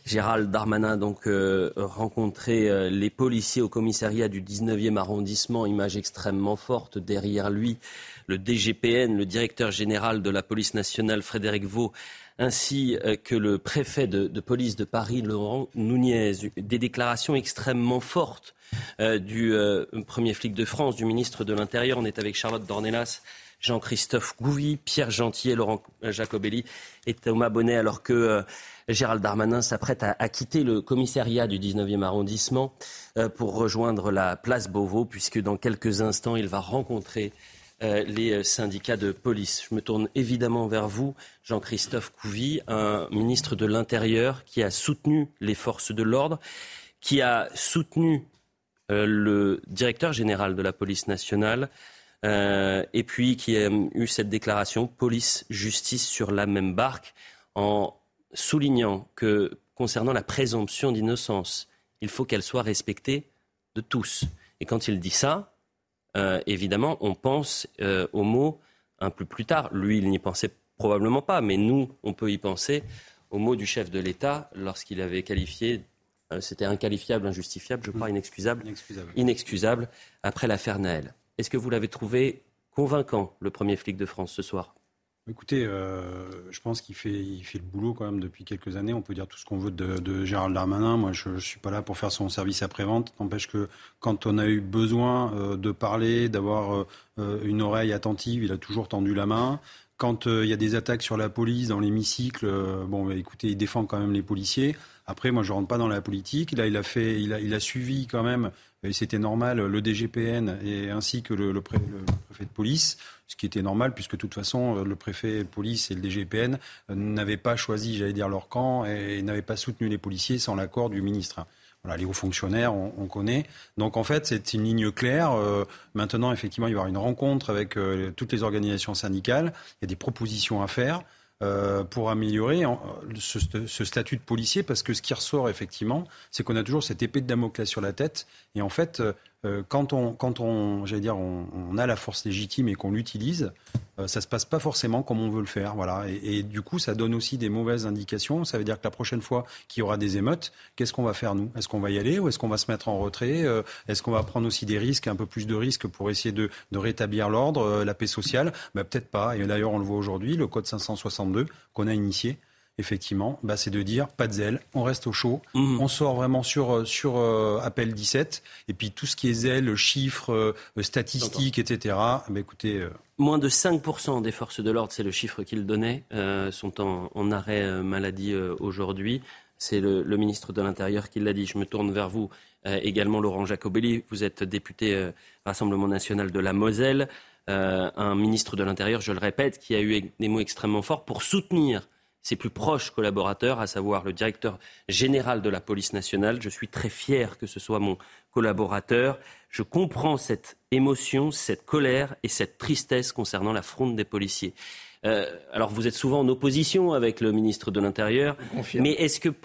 Gérald Darmanin donc rencontrer les policiers au commissariat du 19e arrondissement, image extrêmement forte. Derrière lui, le DGPN, le directeur général de la police nationale, Frédéric Vaux, ainsi que le préfet de police de Paris, Laurent Nunez. Des déclarations extrêmement fortes du premier flic de France, du ministre de l'Intérieur. On est avec Charlotte Dornelas, Jean-Christophe Gouvi, Pierre Gentillet, Laurent Jacobelli et Thomas Bonnet, alors que Gérald Darmanin s'apprête à quitter le commissariat du 19e arrondissement pour rejoindre la place Beauvau, puisque dans quelques instants, il va rencontrer les syndicats de police. Je me tourne évidemment vers vous, Jean-Christophe Gouvi, un ministre de l'Intérieur qui a soutenu les forces de l'ordre, qui a soutenu le directeur général de la police nationale, et puis qui a eu cette déclaration police-justice sur la même barque, en soulignant que concernant la présomption d'innocence, il faut qu'elle soit respectée de tous. Et quand il dit ça, évidemment, on pense au mot un peu plus tard. Lui, il n'y pensait probablement pas, mais nous, on peut y penser au mot du chef de l'État lorsqu'il avait qualifié, c'était inqualifiable, injustifiable, je crois, inexcusable, après l'affaire Naël. Est-ce que vous l'avez trouvé convaincant, le premier flic de France, ce soir ? Écoutez, je pense qu'il fait le boulot quand même depuis quelques années. On peut dire tout ce qu'on veut de Gérald Darmanin. Moi, je ne suis pas là pour faire son service après-vente. N'empêche que quand on a eu besoin de parler, d'avoir une oreille attentive, il a toujours tendu la main. Quand il y a des attaques sur la police dans l'hémicycle, écoutez, il défend quand même les policiers. Après, moi, je rentre pas dans la politique. Là, il a suivi quand même, et c'était normal, le DGPN et ainsi que le préfet de police, ce qui était normal puisque de toute façon, le préfet de police et le DGPN n'avaient pas choisi, leur camp et n'avaient pas soutenu les policiers sans l'accord du ministre. Voilà, les hauts fonctionnaires, on connaît. Donc en fait, c'est une ligne claire. Maintenant, effectivement, il va y avoir une rencontre avec toutes les organisations syndicales. Il y a des propositions à faire pour améliorer ce statut de policier, parce que ce qui ressort effectivement, c'est qu'on a toujours cette épée de Damoclès sur la tête. Et en fait, quand on a la force légitime et qu'on l'utilise, ça se passe pas forcément comme on veut le faire, voilà. Et du coup, ça donne aussi des mauvaises indications. Ça veut dire que la prochaine fois qu'il y aura des émeutes, qu'est-ce qu'on va faire nous ? Est-ce qu'on va y aller ou est-ce qu'on va se mettre en retrait ? Est-ce qu'on va prendre aussi des risques, un peu plus de risques pour essayer de rétablir l'ordre, la paix sociale ? Peut-être pas. Et d'ailleurs, on le voit aujourd'hui, le code 562 qu'on a initié. Effectivement, c'est de dire pas de zèle, on reste au chaud, on sort vraiment sur appel 17, et puis tout ce qui est zèle, chiffres, statistiques, etc. Écoutez, moins de 5% des forces de l'ordre, c'est le chiffre qu'il donnait, sont en arrêt maladie aujourd'hui. C'est le ministre de l'Intérieur qui l'a dit. Je me tourne vers vous également, Laurent Jacobelli. Vous êtes député Rassemblement National de la Moselle, un ministre de l'Intérieur, je le répète, qui a eu des mots extrêmement forts pour soutenir ses plus proches collaborateurs, à savoir le directeur général de la police nationale. Je suis très fier que ce soit mon collaborateur. Je comprends cette émotion, cette colère et cette tristesse concernant la fronde des policiers. Alors vous êtes souvent en opposition avec le ministre de l'Intérieur, mais est-ce que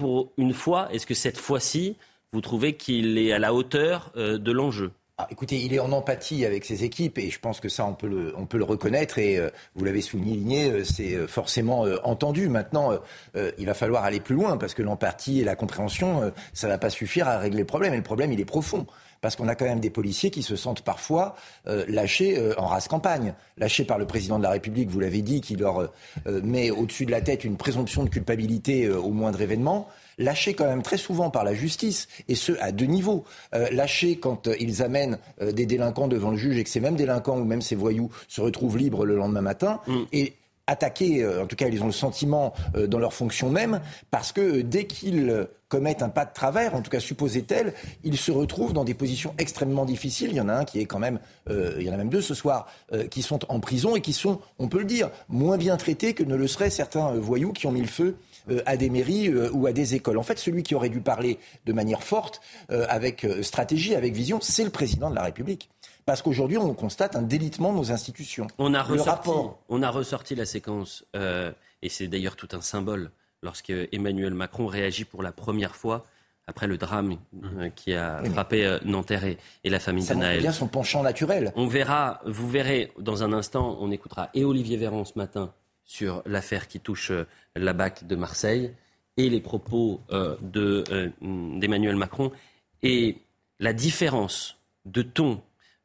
cette fois-ci, vous trouvez qu'il est à la hauteur de l'enjeu ? Écoutez, il est en empathie avec ses équipes et je pense que ça, on peut le reconnaître et vous l'avez souligné, c'est forcément entendu. Maintenant, il va falloir aller plus loin parce que l'empathie et la compréhension, ça ne va pas suffire à régler le problème. Et le problème, il est profond. Parce qu'on a quand même des policiers qui se sentent parfois lâchés en rase campagne. Lâchés par le président de la République, vous l'avez dit, qui leur met au-dessus de la tête une présomption de culpabilité au moindre événement. Lâchés quand même très souvent par la justice, et ce, à deux niveaux. Lâchés quand ils amènent des délinquants devant le juge et que ces mêmes délinquants ou même ces voyous se retrouvent libres le lendemain matin. Et attaqués, en tout cas ils ont le sentiment dans leur fonction même, parce que dès qu'ils commettent un pas de travers, en tout cas supposé tel, ils se retrouvent dans des positions extrêmement difficiles. Il y en a un qui est quand même, il y en a même deux ce soir, qui sont en prison et qui sont, on peut le dire, moins bien traités que ne le seraient certains voyous qui ont mis le feu à des mairies ou à des écoles. En fait, celui qui aurait dû parler de manière forte, avec stratégie, avec vision, c'est le président de la République. Parce qu'aujourd'hui, on constate un délitement de nos institutions. On a ressorti la séquence, et c'est d'ailleurs tout un symbole, lorsque Emmanuel Macron réagit pour la première fois après le drame qui a frappé Nanterre et la famille de Naël. Ça montre bien son penchant naturel. Vous verrez dans un instant, on écoutera et Olivier Véran ce matin sur l'affaire qui touche la BAC de Marseille et les propos d'Emmanuel Macron et la différence de ton,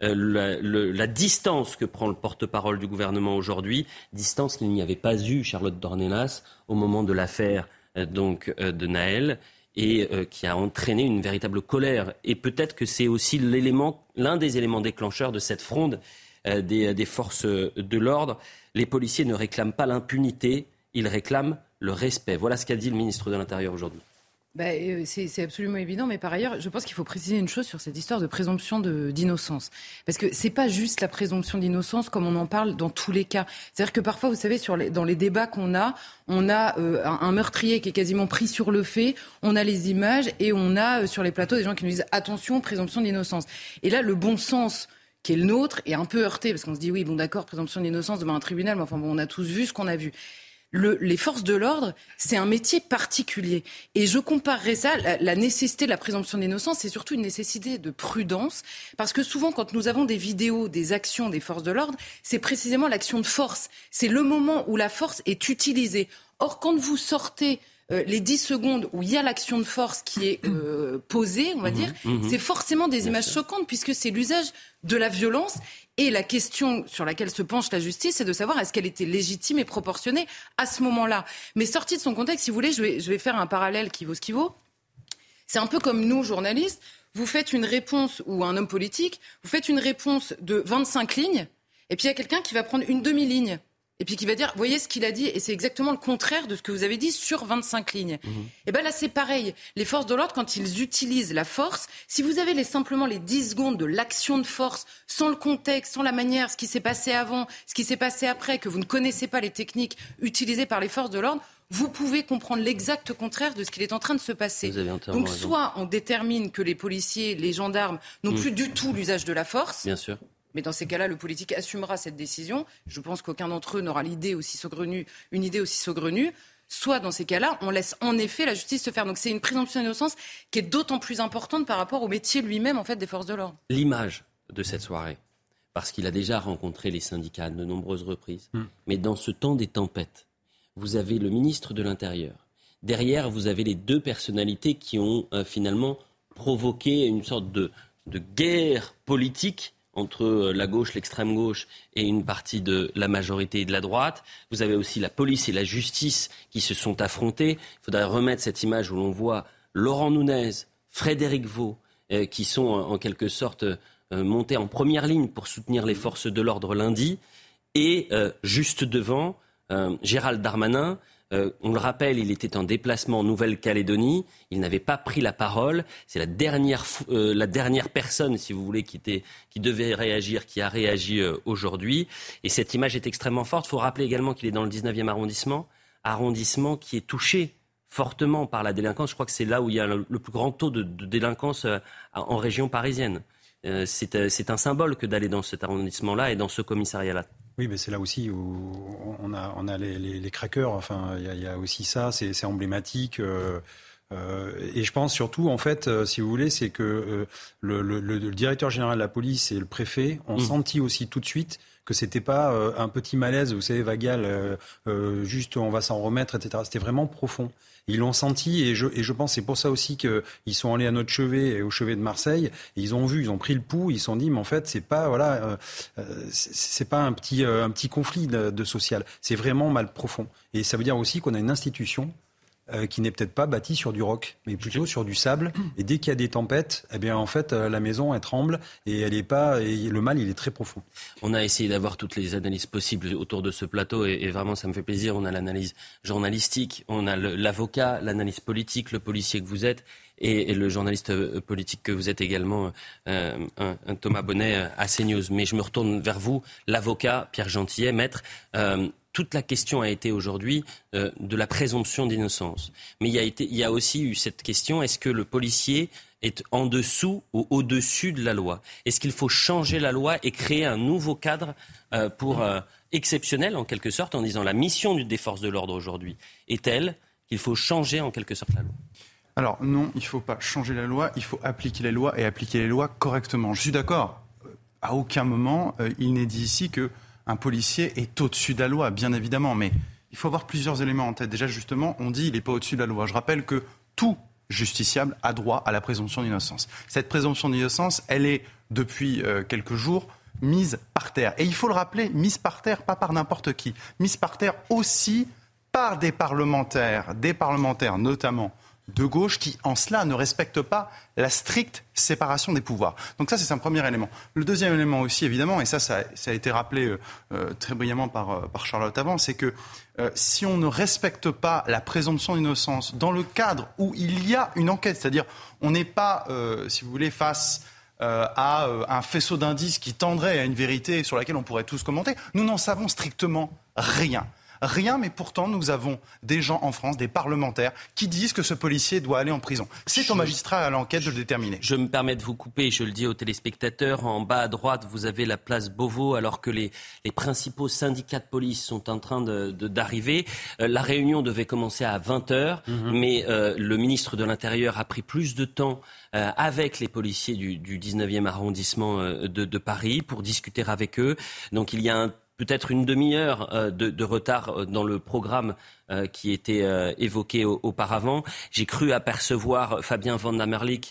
la distance que prend le porte-parole du gouvernement aujourd'hui, distance qu'il n'y avait pas eu, Charlotte Dornelas, au moment de l'affaire de Naël, et qui a entraîné une véritable colère. Et peut-être que c'est aussi l'un des éléments déclencheurs de cette fronde des forces de l'ordre. Les policiers ne réclament pas l'impunité, ils réclament le respect. Voilà ce qu'a dit le ministre de l'Intérieur aujourd'hui. C'est absolument évident, mais par ailleurs, je pense qu'il faut préciser une chose sur cette histoire de présomption d'innocence. Parce que c'est pas juste la présomption d'innocence comme on en parle dans tous les cas. C'est-à-dire que parfois, vous savez, dans les débats qu'on a, on a un meurtrier qui est quasiment pris sur le fait, on a les images et on a sur les plateaux des gens qui nous disent « attention, présomption d'innocence ». Et là, le bon sens qui est le nôtre est un peu heurté, parce qu'on se dit « oui, bon d'accord, présomption d'innocence devant un tribunal, mais enfin bon, on a tous vu ce qu'on a vu ». Les forces de l'ordre, c'est un métier particulier. Et je comparerais ça, la nécessité de la présomption d'innocence, c'est surtout une nécessité de prudence. Parce que souvent, quand nous avons des vidéos, des actions des forces de l'ordre, c'est précisément l'action de force. C'est le moment où la force est utilisée. Or, quand vous sortez les 10 secondes où il y a l'action de force qui est posée, on va dire, c'est forcément des images choquantes puisque c'est l'usage de la violence. Et la question sur laquelle se penche la justice, c'est de savoir est-ce qu'elle était légitime et proportionnée à ce moment-là. Mais sortie de son contexte, si vous voulez, je vais faire un parallèle qui vaut ce qui vaut. C'est un peu comme nous, journalistes, vous faites une réponse, ou un homme politique, vous faites une réponse de 25 lignes, et puis il y a quelqu'un qui va prendre une demi-ligne. Et puis qui va dire, voyez ce qu'il a dit, et c'est exactement le contraire de ce que vous avez dit sur 25 lignes. Et bien là, c'est pareil. Les forces de l'ordre, quand ils utilisent la force, si vous avez simplement les 10 secondes de l'action de force, sans le contexte, sans la manière, ce qui s'est passé avant, ce qui s'est passé après, que vous ne connaissez pas les techniques utilisées par les forces de l'ordre, vous pouvez comprendre l'exact contraire de ce qu'il est en train de se passer. Donc soit on détermine que les policiers, les gendarmes n'ont plus du tout l'usage de la force. Bien sûr. Mais dans ces cas-là, le politique assumera cette décision. Je pense qu'aucun d'entre eux n'aura une idée aussi saugrenue. Soit, dans ces cas-là, on laisse en effet la justice se faire. Donc c'est une présomption d'innocence qui est d'autant plus importante par rapport au métier lui-même en fait, des forces de l'ordre. L'image de cette soirée, parce qu'il a déjà rencontré les syndicats à de nombreuses reprises, mais dans ce temps des tempêtes, vous avez le ministre de l'Intérieur. Derrière, vous avez les deux personnalités qui ont finalement provoqué une sorte de guerre politique entre la gauche, l'extrême gauche et une partie de la majorité et de la droite. Vous avez aussi la police et la justice qui se sont affrontés. Il faudrait remettre cette image où l'on voit Laurent Nunez, Frédéric Vaux, qui sont en quelque sorte montés en première ligne pour soutenir les forces de l'ordre lundi. Et juste devant, Gérald Darmanin. On le rappelle, il était en déplacement en Nouvelle-Calédonie. Il n'avait pas pris la parole. C'est la dernière personne, si vous voulez, qui devait réagir, qui a réagi aujourd'hui. Et cette image est extrêmement forte. Il faut rappeler également qu'il est dans le 19e arrondissement qui est touché fortement par la délinquance. Je crois que c'est là où il y a le plus grand taux de délinquance en région parisienne. C'est un symbole que d'aller dans cet arrondissement-là et dans ce commissariat-là. Oui, mais c'est là aussi où on a les craqueurs. Enfin, il y a aussi ça. C'est emblématique. Et je pense surtout, en fait, si vous voulez, c'est que le directeur général de la police et le préfet ont senti aussi tout de suite que c'était pas un petit malaise, vous savez, vagal, juste on va s'en remettre, etc. C'était vraiment profond. Ils l'ont senti et je pense c'est pour ça aussi qu'ils sont allés à notre chevet et au chevet de Marseille. Et ils ont pris le pouls, ils se sont dit mais en fait c'est pas c'est pas un petit conflit de social, c'est vraiment mal profond. Et ça veut dire aussi qu'on a une institution qui n'est peut-être pas bâtie sur du roc, mais plutôt sur du sable. Et dès qu'il y a des tempêtes, eh bien en fait la maison elle tremble et elle est pas. Et le mal il est très profond. On a essayé d'avoir toutes les analyses possibles autour de ce plateau et vraiment ça me fait plaisir. On a l'analyse journalistique, on a l'avocat, l'analyse politique, le policier que vous êtes et le journaliste politique que vous êtes également, un Thomas Bonnet à CNews. Mais je me retourne vers vous, l'avocat Pierre Gentillet, maître. Toute la question a été aujourd'hui de la présomption d'innocence. Mais il y a aussi eu cette question, est-ce que le policier est en dessous ou au-dessus de la loi ? Est-ce qu'il faut changer la loi et créer un nouveau cadre exceptionnel en quelque sorte, en disant la mission des forces de l'ordre aujourd'hui est telle qu'il faut changer en quelque sorte la loi ? Alors non, il ne faut pas changer la loi, il faut appliquer les lois et appliquer les lois correctement. Je suis d'accord, à aucun moment il n'est dit ici que un policier est au-dessus de la loi, bien évidemment, mais il faut avoir plusieurs éléments en tête. Déjà, justement, on dit qu'il n'est pas au-dessus de la loi. Je rappelle que tout justiciable a droit à la présomption d'innocence. Cette présomption d'innocence, elle est, depuis quelques jours, mise par terre. Et il faut le rappeler, mise par terre, pas par n'importe qui. Mise par terre aussi par des parlementaires notamment de gauche, qui en cela ne respectent pas la stricte séparation des pouvoirs. Donc ça, c'est un premier élément. Le deuxième élément aussi, évidemment, et ça a été rappelé très brillamment par Charlotte avant, c'est que si on ne respecte pas la présomption d'innocence dans le cadre où il y a une enquête, c'est-à-dire on n'est pas, si vous voulez, face à un faisceau d'indices qui tendrait à une vérité sur laquelle on pourrait tous commenter, nous n'en savons strictement rien. Rien, mais pourtant nous avons des gens en France, des parlementaires, qui disent que ce policier doit aller en prison. C'est au magistrat à l'enquête de le déterminer. Je me permets de vous couper, je le dis aux téléspectateurs. En bas à droite, vous avez la place Beauvau, alors que les principaux syndicats de police sont en train d'arriver. La réunion devait commencer à 20h, mais le ministre de l'Intérieur a pris plus de temps avec les policiers du 19e arrondissement de Paris pour discuter avec eux. Donc il y a peut-être une demi-heure de retard dans le programme qui était évoqué auparavant. J'ai cru apercevoir Fabien Van Amerlik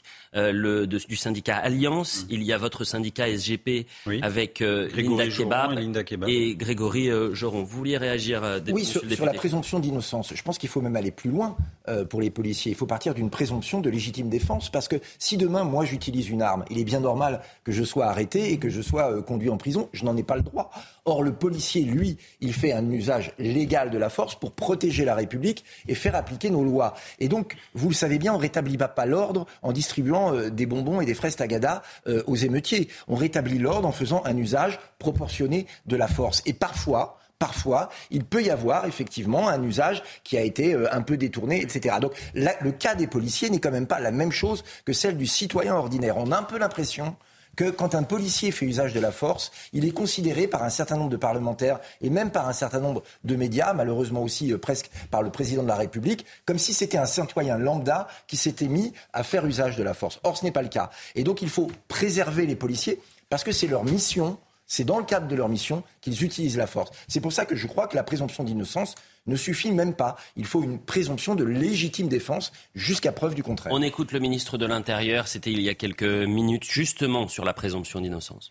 du syndicat Alliance. Il y a votre syndicat SGP avec Linda Kebab et Grégory Joron. Vous vouliez réagir sur la présomption d'innocence. Je pense qu'il faut même aller plus loin pour les policiers. Il faut partir d'une présomption de légitime défense, parce que si demain, moi, j'utilise une arme, il est bien normal que je sois arrêté et que je sois conduit en prison. Je n'en ai pas le droit. Or, le policier, lui, il fait un usage légal de la force pour protéger la République et faire appliquer nos lois. Et donc, vous le savez bien, on ne rétablit pas l'ordre en distribuant des bonbons et des fraises Tagada aux émeutiers. On rétablit l'ordre en faisant un usage proportionné de la force. Et parfois, il peut y avoir effectivement un usage qui a été un peu détourné, etc. Donc, le cas des policiers n'est quand même pas la même chose que celle du citoyen ordinaire. On a un peu l'impression que quand un policier fait usage de la force, il est considéré par un certain nombre de parlementaires et même par un certain nombre de médias, malheureusement aussi presque par le président de la République, comme si c'était un citoyen lambda qui s'était mis à faire usage de la force. Or, ce n'est pas le cas. Et donc, il faut préserver les policiers parce que c'est leur mission. C'est dans le cadre de leur mission qu'ils utilisent la force. C'est pour ça que je crois que la présomption d'innocence ne suffit même pas. Il faut une présomption de légitime défense jusqu'à preuve du contraire. On écoute le ministre de l'Intérieur, c'était il y a quelques minutes, justement sur la présomption d'innocence.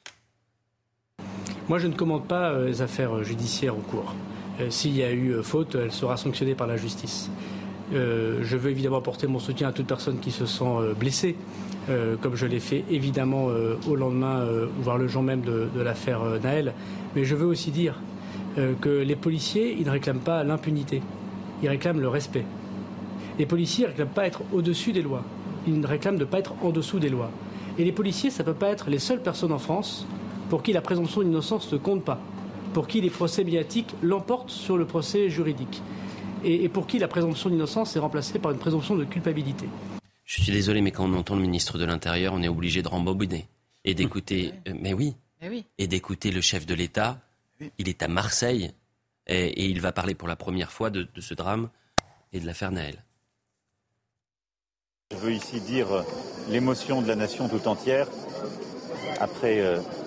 Moi, je ne commente pas les affaires judiciaires en cours. S'il y a eu faute, elle sera sanctionnée par la justice. Je veux évidemment apporter mon soutien à toute personne qui se sent blessée, comme je l'ai fait évidemment au lendemain, voire le jour même de l'affaire Nahel. Mais je veux aussi dire que les policiers, ils ne réclament pas l'impunité, ils réclament le respect. Les policiers ne réclament pas être au-dessus des lois, ils réclament de ne pas être en dessous des lois. Et les policiers, ça ne peut pas être les seules personnes en France pour qui la présomption d'innocence ne compte pas, pour qui les procès médiatiques l'emportent sur le procès juridique, et pour qui la présomption d'innocence est remplacée par une présomption de culpabilité. Je suis désolé, mais quand on entend le ministre de l'Intérieur, on est obligé de rembobiner et d'écouter. Et d'écouter le chef de l'État. Il est à Marseille et il va parler pour la première fois de ce drame et de l'affaire Nahel. Je veux ici dire l'émotion de la nation tout entière après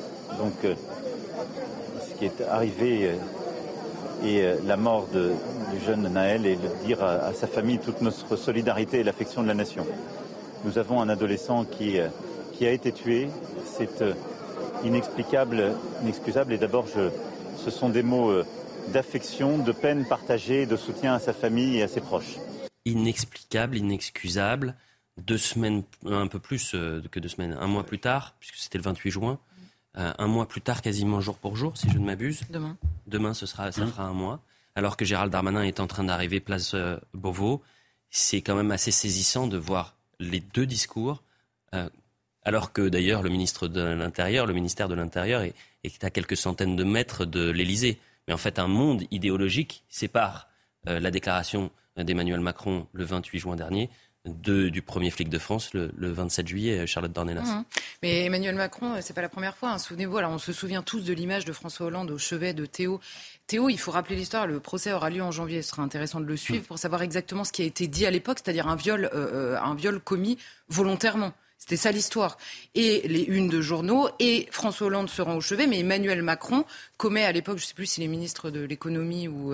ce qui est arrivé et la mort du jeune Nahel, et dire à sa famille toute notre solidarité et l'affection de la nation. Nous avons un adolescent qui a été tué. C'est inexplicable, inexcusable. Et d'abord, ce sont des mots d'affection, de peine partagée, de soutien à sa famille et à ses proches. Inexplicable, inexcusable. 2 semaines, un peu plus que 2 semaines, un mois plus tard, puisque c'était le 28 juin, un mois plus tard, quasiment jour pour jour, si je ne m'abuse. Demain, ça fera un mois. Alors que Gérald Darmanin est en train d'arriver place Beauvau, c'est quand même assez saisissant de voir les deux discours, alors que d'ailleurs le ministère de l'Intérieur est à quelques centaines de mètres de l'Élysée. Mais en fait, un monde idéologique sépare la déclaration d'Emmanuel Macron le 28 juin dernier du premier flic de France le 27 juillet, Charlotte Dornelas. Mais Emmanuel Macron, c'est pas la première fois. Souvenez-vous, alors on se souvient tous de l'image de François Hollande au chevet de Théo. Théo, il faut rappeler l'histoire, le procès aura lieu en janvier, ce sera intéressant de le suivre pour savoir exactement ce qui a été dit à l'époque, c'est-à-dire un viol commis volontairement. C'était ça l'histoire. Et les unes de journaux, et François Hollande se rend au chevet, mais Emmanuel Macron commet à l'époque, je ne sais plus s'il est ministre de l'économie ou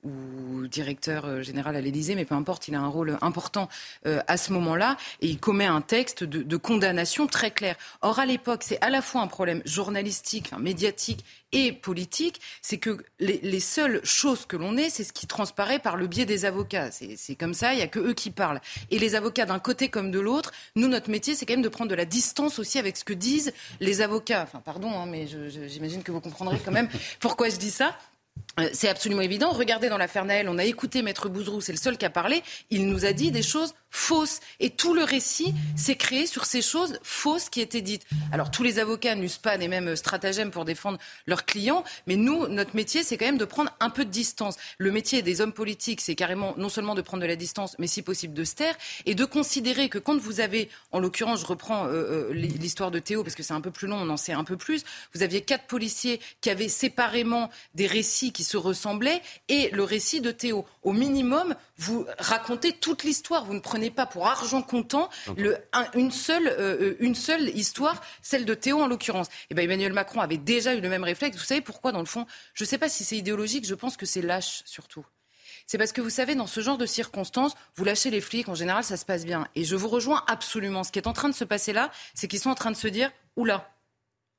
directeur général à l'Élysée, mais peu importe, il a un rôle important à ce moment-là, et il commet un texte de condamnation très clair. Or, à l'époque, c'est à la fois un problème journalistique, médiatique et politique, c'est que les seules choses que l'on ait, c'est ce qui transparaît par le biais des avocats. C'est comme ça, il n'y a que eux qui parlent. Et les avocats d'un côté comme de l'autre, nous, notre métier, c'est quand même de prendre de la distance aussi avec ce que disent les avocats. Enfin, pardon, mais j'imagine que vous comprendrez quand même pourquoi je dis ça. C'est absolument évident. Regardez dans l'affaire Naël, on a écouté Maître Bouzrou, c'est le seul qui a parlé. Il nous a dit des choses fausses. Et tout le récit s'est créé sur ces choses fausses qui étaient dites. Alors, tous les avocats n'usent pas les mêmes stratagèmes pour défendre leurs clients. Mais nous, notre métier, c'est quand même de prendre un peu de distance. Le métier des hommes politiques, c'est carrément non seulement de prendre de la distance, mais si possible de se taire. Et de considérer que quand vous avez, en l'occurrence, je reprends l'histoire de Théo, parce que c'est un peu plus long, on en sait un peu plus. Vous aviez 4 policiers qui avaient séparément des récits qui se ressemblaient et le récit de Théo. Au minimum, vous racontez toute l'histoire. Vous ne prenez pas pour argent comptant une seule histoire, celle de Théo en l'occurrence. Et ben Emmanuel Macron avait déjà eu le même réflexe. Vous savez pourquoi, dans le fond? Je ne sais pas si c'est idéologique, je pense que c'est lâche surtout. C'est parce que vous savez, dans ce genre de circonstances, vous lâchez les flics, en général, ça se passe bien. Et je vous rejoins absolument. Ce qui est en train de se passer là, c'est qu'ils sont en train de se dire « Oula, oula ».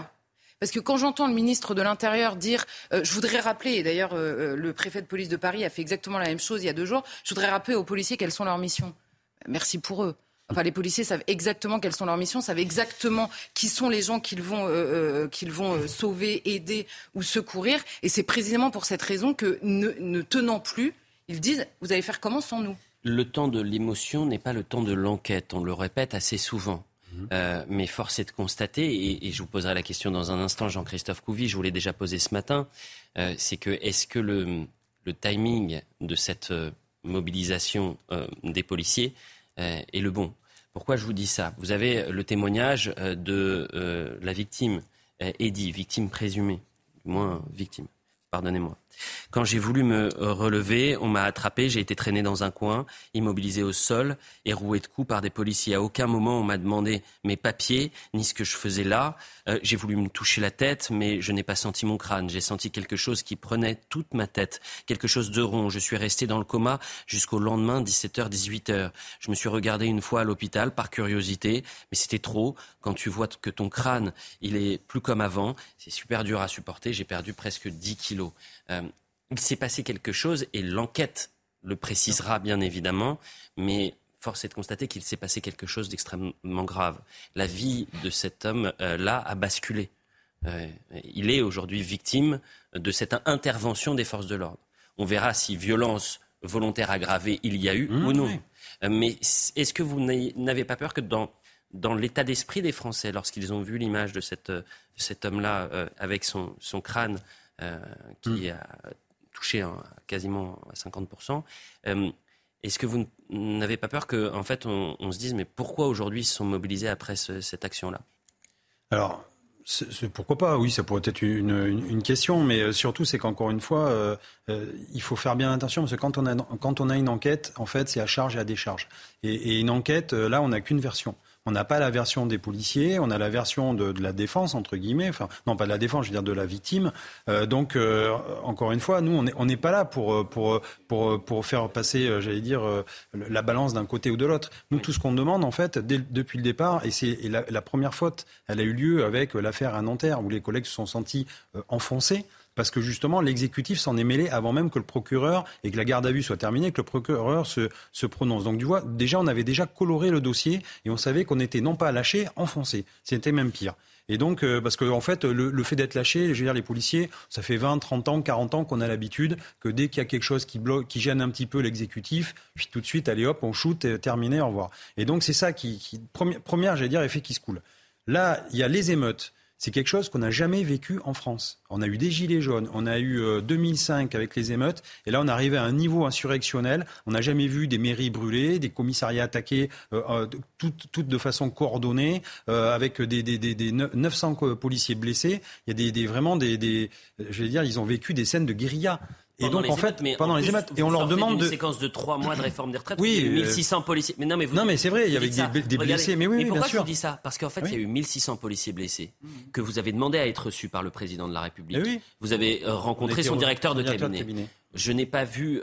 Parce que quand j'entends le ministre de l'Intérieur dire je voudrais rappeler, et d'ailleurs le préfet de police de Paris a fait exactement la même chose il y a 2 jours, je voudrais rappeler aux policiers quelles sont leurs missions. Merci pour eux. Enfin, les policiers savent exactement quelles sont leurs missions, savent exactement qui sont les gens qu'ils vont sauver, aider ou secourir. Et c'est précisément pour cette raison que, ne tenant plus, ils disent vous allez faire comment sans nous? Le temps de l'émotion n'est pas le temps de l'enquête, on le répète assez souvent. Mais force est de constater, et je vous poserai la question dans un instant, Jean-Christophe Couvi, je vous l'ai déjà posé ce matin, c'est que est-ce que le timing de cette mobilisation des policiers est le bon? Pourquoi je vous dis ça? Vous avez le témoignage de la victime, Eddy, victime présumée, du moins victime, pardonnez-moi. Quand j'ai voulu me relever, on m'a attrapé, j'ai été traîné dans un coin, immobilisé au sol et roué de coups par des policiers. À aucun moment on m'a demandé mes papiers, ni ce que je faisais là. J'ai voulu me toucher la tête, mais je n'ai pas senti mon crâne. J'ai senti quelque chose qui prenait toute ma tête, quelque chose de rond. Je suis resté dans le coma jusqu'au lendemain, 17h, 18h. Je me suis regardé une fois à l'hôpital par curiosité, mais c'était trop. Quand tu vois que ton crâne, il est plus comme avant, c'est super dur à supporter. J'ai perdu presque 10 kilos. Il s'est passé quelque chose et l'enquête le précisera bien évidemment, mais force est de constater qu'il s'est passé quelque chose d'extrêmement grave. La vie de cet homme-là a basculé. Il est aujourd'hui victime de cette intervention des forces de l'ordre. On verra si violence volontaire aggravée il y a eu ou non. Oui. Mais est-ce que vous n'avez pas peur que dans l'état d'esprit des Français, lorsqu'ils ont vu l'image de cet homme-là avec son crâne qui a touché quasiment à 50%, est-ce que vous n'avez pas peur qu'en fait on se dise mais pourquoi aujourd'hui ils se sont mobilisés après cette action-là? Alors, pourquoi pas? Oui, ça pourrait être une question, mais surtout c'est qu'encore une fois, il faut faire bien attention parce que quand on a une enquête, en fait, c'est à charge et à décharge. Et une enquête, là, on n'a qu'une version. On n'a pas la version des policiers, on a la version de la défense, entre guillemets. Enfin, non, pas de la défense, je veux dire de la victime. Donc, encore une fois, nous, on n'est pas là pour faire passer, j'allais dire, la balance d'un côté ou de l'autre. Nous, tout ce qu'on demande, en fait, depuis le départ, et la première faute, elle a eu lieu avec l'affaire à Nanterre, où les collègues se sont sentis enfoncés. Parce que justement, l'exécutif s'en est mêlé avant même que le procureur et que la garde à vue soit terminée, que le procureur se prononce. Donc, tu vois, déjà, on avait déjà coloré le dossier et on savait qu'on était non pas lâché, enfoncé. C'était même pire. Et donc, parce que en fait, le fait d'être lâché, je veux dire, les policiers, ça fait 20, 30 ans, 40 ans qu'on a l'habitude que dès qu'il y a quelque chose qui bloque, qui gêne un petit peu l'exécutif, puis tout de suite, allez hop, on shoot, terminé, au revoir. Et donc, c'est ça première, j'allais dire, effet qui se coule. Là, il y a les émeutes. C'est quelque chose qu'on n'a jamais vécu en France. On a eu des gilets jaunes, on a eu 2005 avec les émeutes, et là on est arrivé à un niveau insurrectionnel. On n'a jamais vu des mairies brûlées, des commissariats attaqués, toutes de façon coordonnée, avec des 900 policiers blessés. Il y a vraiment je vais dire, ils ont vécu des scènes de guérilla. Et donc, en fait, pendant les émeutes, et on leur demande une séquence de 3 mois de réforme des retraites. Oui, il y a eu 1600 policiers. Mais non, mais c'est vrai, il y avait des blessés. Mais oui, bien sûr. Pourquoi je vous dis ça ? Parce qu'en fait, il y a eu 1600 policiers blessés que vous avez demandé à être reçus par le président de la République. Oui. Vous avez rencontré son directeur de cabinet. Je n'ai pas vu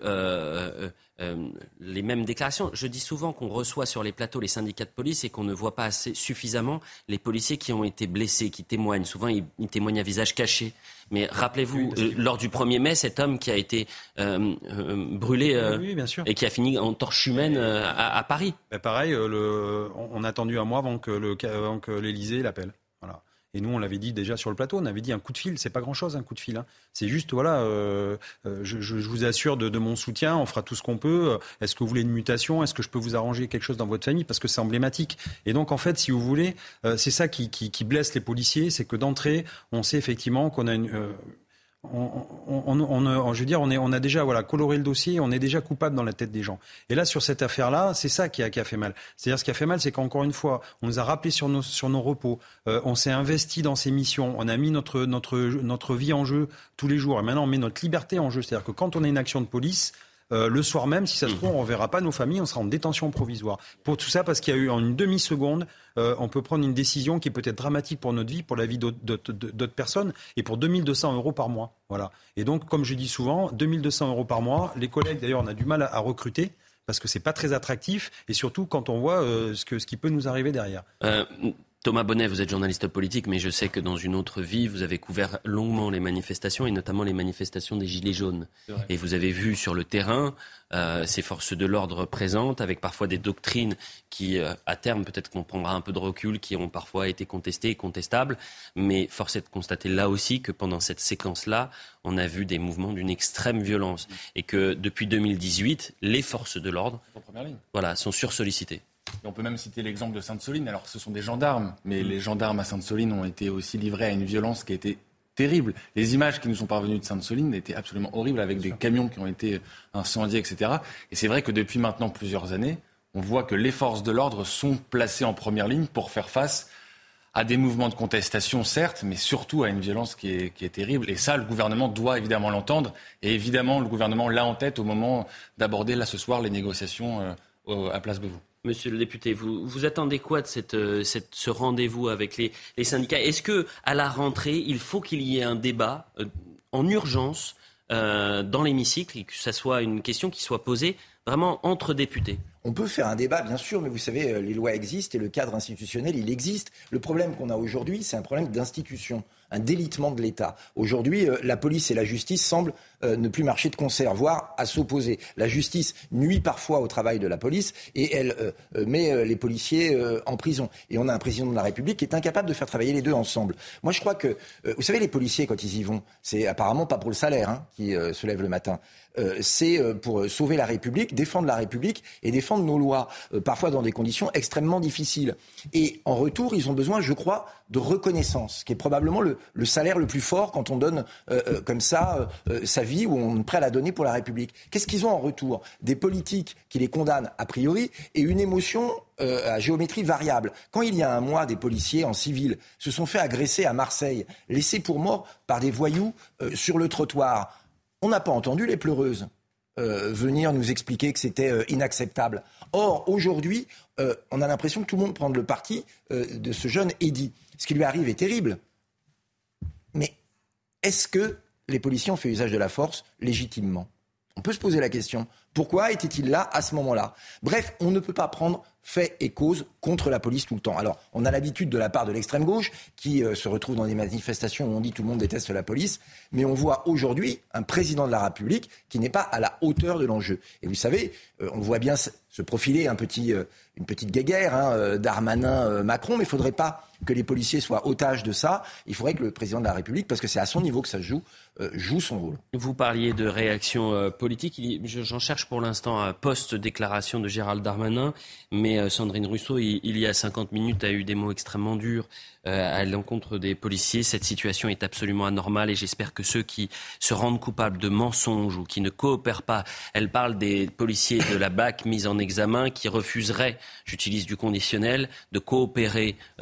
les mêmes déclarations. Je dis souvent qu'on reçoit sur les plateaux les syndicats de police et qu'on ne voit pas suffisamment les policiers qui ont été blessés, qui témoignent. Souvent, ils témoignent à visage caché. Mais rappelez-vous, lors du 1er mai, cet homme qui a été brûlé bien sûr. Et qui a fini en torche humaine à Paris. Pareil, on a attendu un mois avant que l'Élysée l'appelle. Voilà. Et nous, on l'avait dit déjà sur le plateau, on avait dit un coup de fil, c'est pas grand-chose un coup de fil. Hein. C'est juste, je vous assure de mon soutien, on fera tout ce qu'on peut. Est-ce que vous voulez une mutation ? Est-ce que je peux vous arranger quelque chose dans votre famille ? Parce que c'est emblématique. Et donc, en fait, si vous voulez, c'est ça qui blesse les policiers, c'est que d'entrée, on sait effectivement qu'on a une... on a déjà coloré le dossier, on est déjà coupable dans la tête des gens. Et là, sur cette affaire-là, c'est ça qui a fait mal. C'est-à-dire, ce qui a fait mal, c'est qu'encore une fois, on nous a rappelé sur nos repos, on s'est investi dans ces missions, on a mis notre vie en jeu tous les jours, et maintenant on met notre liberté en jeu. C'est-à-dire que quand on a une action de police, le soir même, si ça se trouve, on ne verra pas nos familles, on sera en détention provisoire. Pour tout ça, parce qu'il y a eu en une demi-seconde, on peut prendre une décision qui peut être dramatique pour notre vie, pour la vie d'autres personnes, et pour 2200 € par mois. Voilà. Et donc, comme je dis souvent, 2200 € par mois, les collègues, d'ailleurs, on a du mal à recruter, parce que c'est pas très attractif, et surtout quand on voit ce qui peut nous arriver derrière. Thomas Bonnet, vous êtes journaliste politique, mais je sais que dans une autre vie, vous avez couvert longuement les manifestations, et notamment les manifestations des Gilets jaunes. Et vous avez vu sur le terrain ces forces de l'ordre présentes, avec parfois des doctrines qui, à terme, peut-être qu'on prendra un peu de recul, qui ont parfois été contestées et contestables. Mais force est de constater là aussi que pendant cette séquence-là, on a vu des mouvements d'une extrême violence. Et que depuis 2018, les forces de l'ordre sont sursollicitées. Et on peut même citer l'exemple de Sainte-Soline. Alors, ce sont des gendarmes, mais les gendarmes à Sainte-Soline ont été aussi livrés à une violence qui a été terrible. Les images qui nous sont parvenues de Sainte-Soline étaient absolument horribles, avec des camions qui ont été incendiés, etc. Et c'est vrai que depuis maintenant plusieurs années, on voit que les forces de l'ordre sont placées en première ligne pour faire face à des mouvements de contestation, certes, mais surtout à une violence qui est terrible. Et ça, le gouvernement doit évidemment l'entendre. Et évidemment, le gouvernement l'a en tête au moment d'aborder, là, ce soir, les négociations à Place Beauvau. Monsieur le député, vous attendez quoi de ce rendez-vous avec les syndicats ? Est-ce que à la rentrée, il faut qu'il y ait un débat en urgence dans l'hémicycle et que ça soit une question qui soit posée vraiment entre députés ? On peut faire un débat, bien sûr, mais vous savez, les lois existent et le cadre institutionnel, il existe. Le problème qu'on a aujourd'hui, c'est un problème d'institution, un délitement de l'État. Aujourd'hui, la police et la justice semblent ne plus marcher de concert, voire à s'opposer. La justice nuit parfois au travail de la police et elle met les policiers en prison. Et on a un président de la République qui est incapable de faire travailler les deux ensemble. Moi, je crois que, vous savez, les policiers, quand ils y vont, c'est apparemment pas pour le salaire qui se lève le matin. C'est pour sauver la République, défendre la République et défendre nos lois, parfois dans des conditions extrêmement difficiles. Et en retour, ils ont besoin, je crois, de reconnaissance, qui est probablement le salaire le plus fort quand on donne comme ça sa vie ou on est prêt à la donner pour la République. Qu'est-ce qu'ils ont en retour ? Des politiques qui les condamnent a priori et une émotion à géométrie variable. Quand il y a un mois, des policiers en civil se sont fait agresser à Marseille, laissés pour morts par des voyous sur le trottoir. On n'a pas entendu les pleureuses venir nous expliquer que c'était inacceptable. Or, aujourd'hui, on a l'impression que tout le monde prend le parti de ce jeune Eddy. Ce qui lui arrive est terrible. Mais est-ce que les policiers ont fait usage de la force légitimement ? On peut se poser la question. Pourquoi était-il là à ce moment-là ? Bref, on ne peut pas prendre fait et cause contre la police tout le temps. Alors, on a l'habitude de la part de l'extrême gauche qui se retrouve dans des manifestations où on dit tout le monde déteste la police, mais on voit aujourd'hui un président de la République qui n'est pas à la hauteur de l'enjeu. Et vous savez, on voit bien se profiler une petite guéguerre, Darmanin-Macron, mais il ne faudrait pas que les policiers soient otages de ça. Il faudrait que le président de la République, parce que c'est à son niveau que ça se joue son rôle. Vous parliez de réaction politique. J'en cherche pour l'instant post-déclaration de Gérald Darmanin, mais Sandrine Rousseau, il y a 50 minutes, a eu des mots extrêmement durs à l'encontre des policiers. Cette situation est absolument anormale et j'espère que ceux qui se rendent coupables de mensonges ou qui ne coopèrent pas, elle parle des policiers de la BAC mis en examen qui refuseraient, j'utilise du conditionnel, de coopérer pour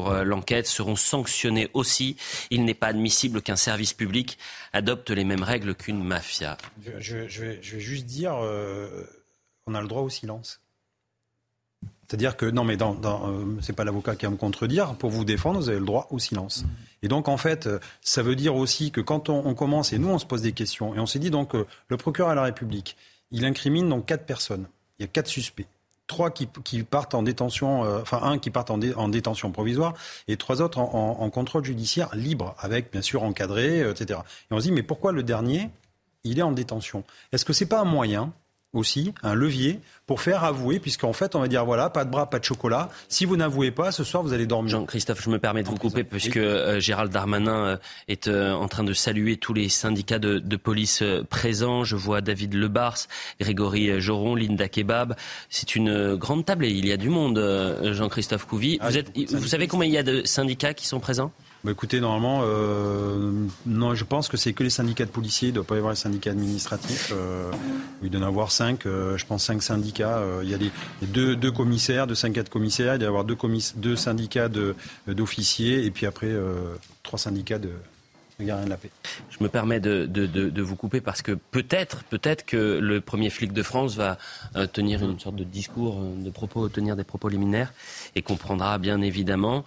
sur l'enquête seront sanctionnés aussi. Il n'est pas admissible qu'un service public adopte les mêmes règles qu'une mafia. Je vais juste dire, on a le droit au silence. C'est-à-dire que, non mais c'est pas l'avocat qui va me contredire, pour vous défendre, vous avez le droit au silence. Et donc en fait, ça veut dire aussi que quand on commence, et nous on se pose des questions, et on s'est dit donc, le procureur de la République, il incrimine donc 4 personnes, il y a 4 suspects. 3 qui partent en détention, un qui part en détention provisoire et 3 autres en contrôle judiciaire libre, avec bien sûr encadré, etc. Et on se dit, mais pourquoi le dernier, il est en détention ? Est-ce que c'est pas un moyen aussi, un levier, pour faire avouer, puisqu'en fait, on va dire, voilà, pas de bras, pas de chocolat. Si vous n'avouez pas, ce soir, vous allez dormir. Jean-Christophe, je me permets de vous couper, puisque Gérald Darmanin est en train de saluer tous les syndicats de police présents. Je vois David Lebars, Grégory Joron, Linda Kebab. C'est une grande tablée. Il y a du monde, Jean-Christophe Couvi. Vous savez combien il y a de syndicats qui sont présents ? Bah écoutez, normalement, non, je pense que c'est que les syndicats de policiers. Il ne doit pas y avoir les syndicats administratifs. Il doit y en avoir 5. Je pense 5 syndicats. Il y a deux commissaires, 2 syndicats de commissaires. Il doit y avoir 2 syndicats d'officiers. Et puis après, 3 syndicats de gardiens de la paix. Je me permets de vous couper parce que peut-être que le premier flic de France va tenir une sorte de discours, tenir des propos liminaires et comprendra bien évidemment.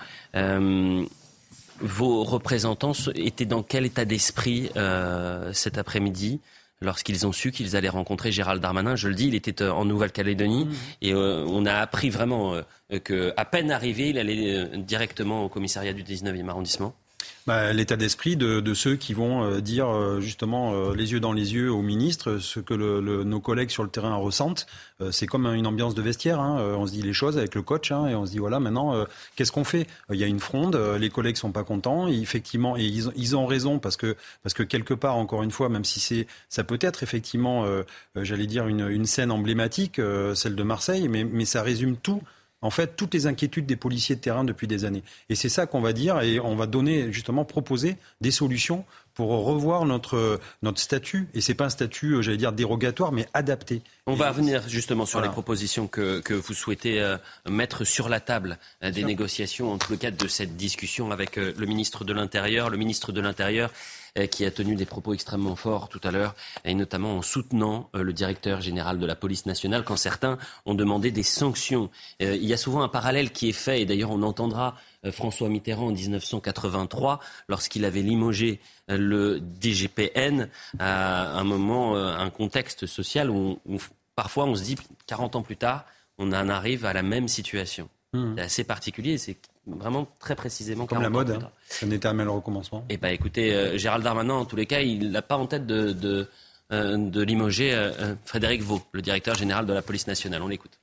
Vos représentants étaient dans quel état d'esprit cet après-midi lorsqu'ils ont su qu'ils allaient rencontrer Gérald Darmanin ? Je le dis, il était en Nouvelle-Calédonie et on a appris vraiment qu'à peine arrivé, il allait directement au commissariat du 19e arrondissement. L'état d'esprit de ceux qui vont dire justement les yeux dans les yeux au ministre ce que nos collègues sur le terrain ressentent. C'est comme une ambiance de vestiaire. On se dit les choses avec le coach et on se dit voilà maintenant qu'est-ce qu'on fait ? Il y a une fronde, les collègues sont pas contents. Et effectivement, et ils ont raison parce que quelque part encore une fois, même si ça peut être effectivement, j'allais dire une scène emblématique, celle de Marseille, mais ça résume tout. En fait, toutes les inquiétudes des policiers de terrain depuis des années. Et c'est ça qu'on va dire et on va proposer des solutions pour revoir notre statut. Et c'est pas un statut, j'allais dire, dérogatoire, mais adapté. On va revenir justement sur les propositions que vous souhaitez mettre sur la table des négociations, en tout le cadre de cette discussion avec le ministre de l'Intérieur. Le ministre de l'Intérieur qui a tenu des propos extrêmement forts tout à l'heure, et notamment en soutenant le directeur général de la police nationale, quand certains ont demandé des sanctions. Il y a souvent un parallèle qui est fait, et d'ailleurs on entendra François Mitterrand en 1983, lorsqu'il avait limogé le DGPN, à un moment, un contexte social où parfois on se dit, 40 ans plus tard, on en arrive à la même situation. C'est assez particulier, c'est vraiment très précisément comme la mode, ça n'était à même le recommencement. Eh bien écoutez, Gérald Darmanin, en tous les cas, il n'a pas en tête de limoger Frédéric Vaux, le directeur général de la police nationale. On l'écoute.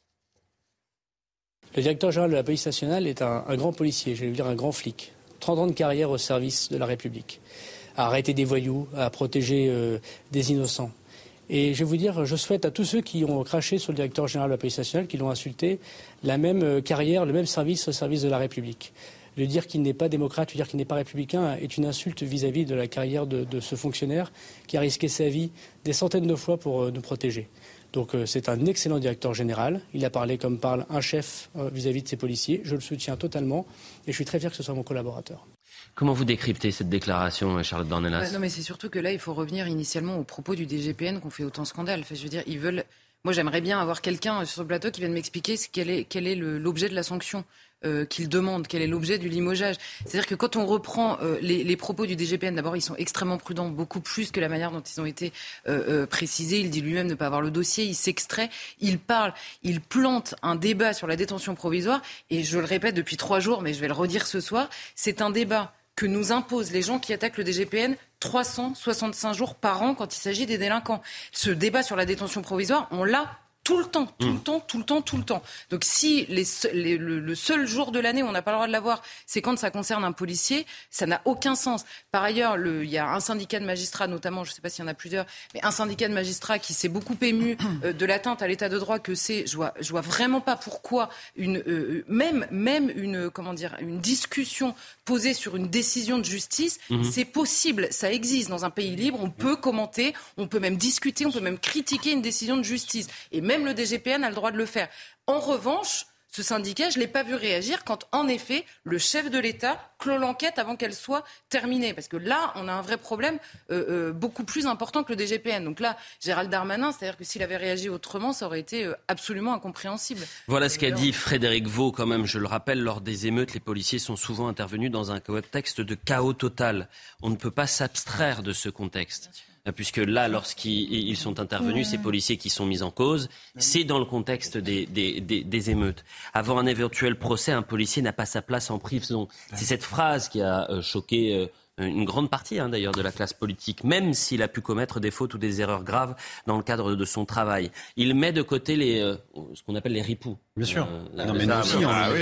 Le directeur général de la police nationale est un grand policier, je vais dire un grand flic. 30 ans de carrière au service de la République, à arrêter des voyous, à protéger des innocents. Et je vais vous dire, je souhaite à tous ceux qui ont craché sur le directeur général de la police nationale, qui l'ont insulté, la même carrière, le même service au service de la République. Le dire qu'il n'est pas démocrate, le dire qu'il n'est pas républicain est une insulte vis-à-vis de la carrière de ce fonctionnaire qui a risqué sa vie des centaines de fois pour nous protéger. Donc c'est un excellent directeur général. Il a parlé comme parle un chef vis-à-vis de ses policiers. Je le soutiens totalement et je suis très fier que ce soit mon collaborateur. Comment vous décryptez cette déclaration, Charlotte Dornelas ? Non, mais c'est surtout que là, il faut revenir initialement aux propos du DGPN qu'on fait autant scandale. Enfin, je veux dire, ils veulent. Moi, j'aimerais bien avoir quelqu'un sur le plateau qui vienne m'expliquer quel est l'objet de la sanction qu'il demande, quel est l'objet du limogeage. C'est-à-dire que quand on reprend les propos du DGPN, d'abord, ils sont extrêmement prudents, beaucoup plus que la manière dont ils ont été précisés. Il dit lui-même ne pas avoir le dossier, il s'extrait, il parle, il plante un débat sur la détention provisoire. Et je le répète depuis 3 jours, mais je vais le redire ce soir, c'est un débat que nous imposent les gens qui attaquent le DGPN 365 jours par an quand il s'agit des délinquants. Ce débat sur la détention provisoire, on l'a tout le temps. Donc si le seul jour de l'année où on n'a pas le droit de l'avoir, c'est quand ça concerne un policier, ça n'a aucun sens. Par ailleurs, il y a un syndicat de magistrats, notamment, je ne sais pas s'il y en a plusieurs, mais un syndicat de magistrats qui s'est beaucoup ému de l'atteinte à l'état de droit que c'est. Je vois vraiment pas pourquoi même une discussion posée sur une décision de justice, c'est possible, ça existe dans un pays libre, on peut commenter, on peut même discuter, on peut même critiquer une décision de justice. Et même le DGPN a le droit de le faire. En revanche, Ce syndicat, je ne l'ai pas vu réagir quand, en effet, le chef de l'État clôt l'enquête avant qu'elle soit terminée. Parce que là, on a un vrai problème beaucoup plus important que le DGPN. Donc là, Gérald Darmanin, c'est-à-dire que s'il avait réagi autrement, ça aurait été absolument incompréhensible. Voilà ce qu'a dit Frédéric Vaux, quand même. Je le rappelle, lors des émeutes, les policiers sont souvent intervenus dans un contexte de chaos total. On ne peut pas s'abstraire de ce contexte. Puisque là, lorsqu'ils sont intervenus, ces policiers qui sont mis en cause, c'est dans le contexte des émeutes. Avant un éventuel procès, un policier n'a pas sa place en prison. C'est cette phrase qui a choqué une grande partie d'ailleurs de la classe politique, même s'il a pu commettre des fautes ou des erreurs graves dans le cadre de son travail. Il met de côté ce qu'on appelle les ripoux. Bien sûr. Non, mais nous aussi.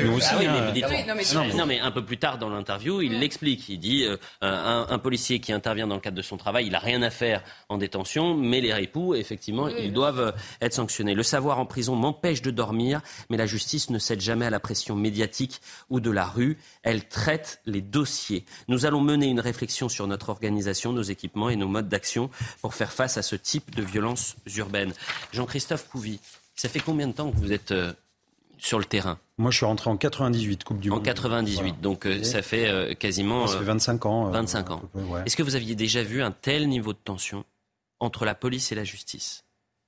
Non, mais un peu plus tard dans l'interview, il l'explique. Il dit un policier qui intervient dans le cadre de son travail, il n'a rien à faire en détention, mais les ripoux, effectivement, ils doivent être sanctionnés. Le savoir en prison m'empêche de dormir, mais la justice ne cède jamais à la pression médiatique ou de la rue. Elle traite les dossiers. Nous allons mener une réflexion sur notre organisation, nos équipements et nos modes d'action pour faire face à ce type de violences urbaines. Jean-Christophe Couvi, ça fait combien de temps que vous êtes sur le terrain? Moi, je suis rentré en 98, Coupe du Monde. En 98, voilà. Donc ça fait quasiment... Ça fait 25 ans. 25 ans. Ouais. Est-ce que vous aviez déjà vu un tel niveau de tension entre la police et la justice?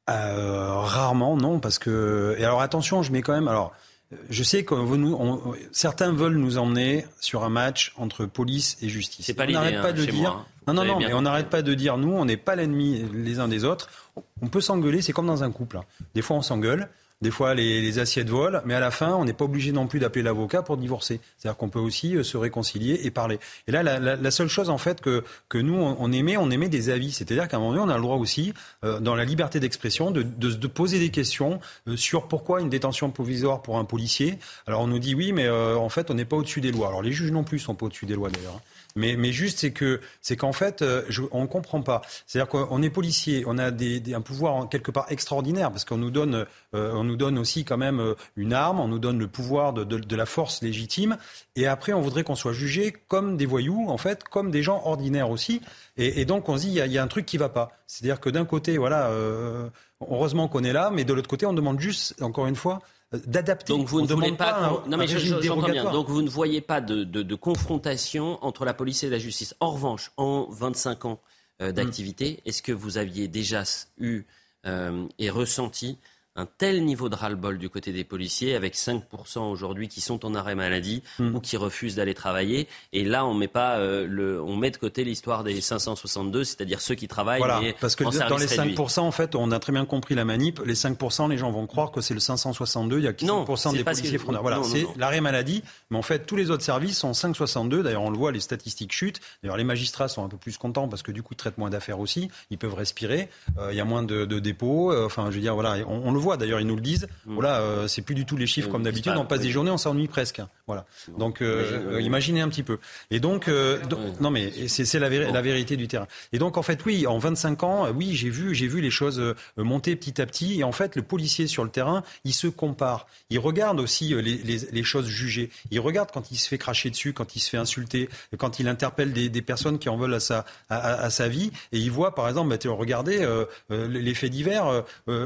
Rarement, non, parce que... Et alors attention, je mets quand même... Alors, je sais que certains veulent nous emmener sur un match entre police et justice. C'est pas l'idée, pas de chez dire... moi. Non, mais on n'arrête pas de dire, nous, on n'est pas l'ennemi les uns des autres. On peut s'engueuler, c'est comme dans un couple. Des fois, on s'engueule. Des fois, les assiettes volent, mais à la fin, on n'est pas obligé non plus d'appeler l'avocat pour divorcer. C'est-à-dire qu'on peut aussi se réconcilier et parler. Et là, la seule chose, en fait, que nous, on émet des avis. C'est-à-dire qu'à un moment donné, on a le droit aussi, dans la liberté d'expression, de poser des questions sur pourquoi une détention provisoire pour un policier. Alors, on nous dit oui, mais en fait, on n'est pas au-dessus des lois. Alors, les juges non plus sont pas au-dessus des lois, d'ailleurs. Mais juste, c'est qu'en fait, on comprend pas. C'est-à-dire qu'on est policier, on a un pouvoir quelque part extraordinaire parce qu'on nous donne aussi quand même une arme, on nous donne le pouvoir de la force légitime. Et après, on voudrait qu'on soit jugé comme des voyous, en fait, comme des gens ordinaires aussi. Et donc, on se dit, il y a un truc qui va pas. C'est-à-dire que d'un côté, voilà, heureusement qu'on est là, mais de l'autre côté, on demande juste, encore une fois, d'adapter. Donc vous ne voulez pas non mais j'entends bien. Donc vous ne voyez pas de confrontation entre la police et la justice. En revanche, en 25 ans d'activité, est-ce que vous aviez déjà eu et ressenti un tel niveau de ras-le-bol du côté des policiers, avec 5% aujourd'hui qui sont en arrêt maladie ou qui refusent d'aller travailler. Et là, on met de côté l'histoire des 562, c'est-à-dire ceux qui travaillent. Voilà, mais parce que dans les 5%, en fait, on a très bien compris la manip. Les 5%, les gens vont croire que c'est le 562. Il y a 5% des policiers fraudeurs. Voilà, c'est l'arrêt maladie. Mais en fait, tous les autres services sont 5,62. D'ailleurs, on le voit, les statistiques chutent. D'ailleurs, les magistrats sont un peu plus contents parce que du coup, ils traitent moins d'affaires aussi. Ils peuvent respirer. Il y a moins de dépôts. Enfin, je veux dire, voilà, on le voit. D'ailleurs, ils nous le disent. Voilà, c'est plus du tout les chiffres comme d'habitude. On passe des journées, on s'ennuie presque. Voilà. Donc, imaginez un petit peu. Et donc, non, mais c'est la vérité du terrain. Et donc, en fait, oui, en 25 ans, oui, j'ai vu les choses monter petit à petit. Et en fait, le policier sur le terrain, il se compare. Il regarde aussi les choses jugées. Il regarde quand il se fait cracher dessus, quand il se fait insulter, quand il interpelle des personnes qui en veulent à sa vie. Et il voit, par exemple, regardez les faits divers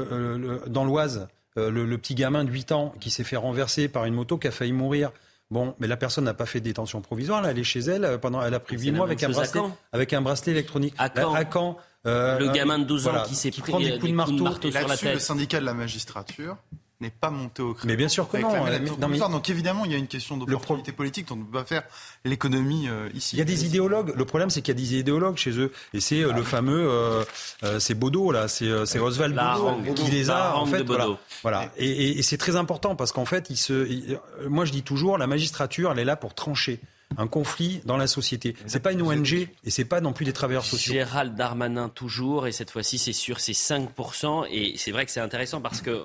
dans l'Oise. Le petit gamin de 8 ans qui s'est fait renverser par une moto qui a failli mourir. Bon, mais la personne n'a pas fait de détention provisoire. Là, elle est chez elle. Elle a pris 8 mois avec un bracelet électronique. À Caen, le gamin de 12 ans qui s'est pris prend des coups de marteau sur la tête. Le syndicat de la magistrature n'est pas monté au créneau. Mais bien sûr que non. Donc évidemment, il y a une question d'opportunité politique dont on ne peut pas faire l'économie ici. Il y a des idéologues. Le problème, c'est qu'il y a des idéologues chez eux. Et c'est le fameux, c'est Baudot, là. C'est Oswald Baudot qui les a, en fait. Voilà. Et c'est très important parce qu'en fait, moi, je dis toujours, la magistrature, elle est là pour trancher un conflit dans la société. C'est pas une ONG et c'est pas non plus des travailleurs sociaux. Gérald Darmanin toujours, et cette fois-ci c'est sur ces 5%, et c'est vrai que c'est intéressant parce que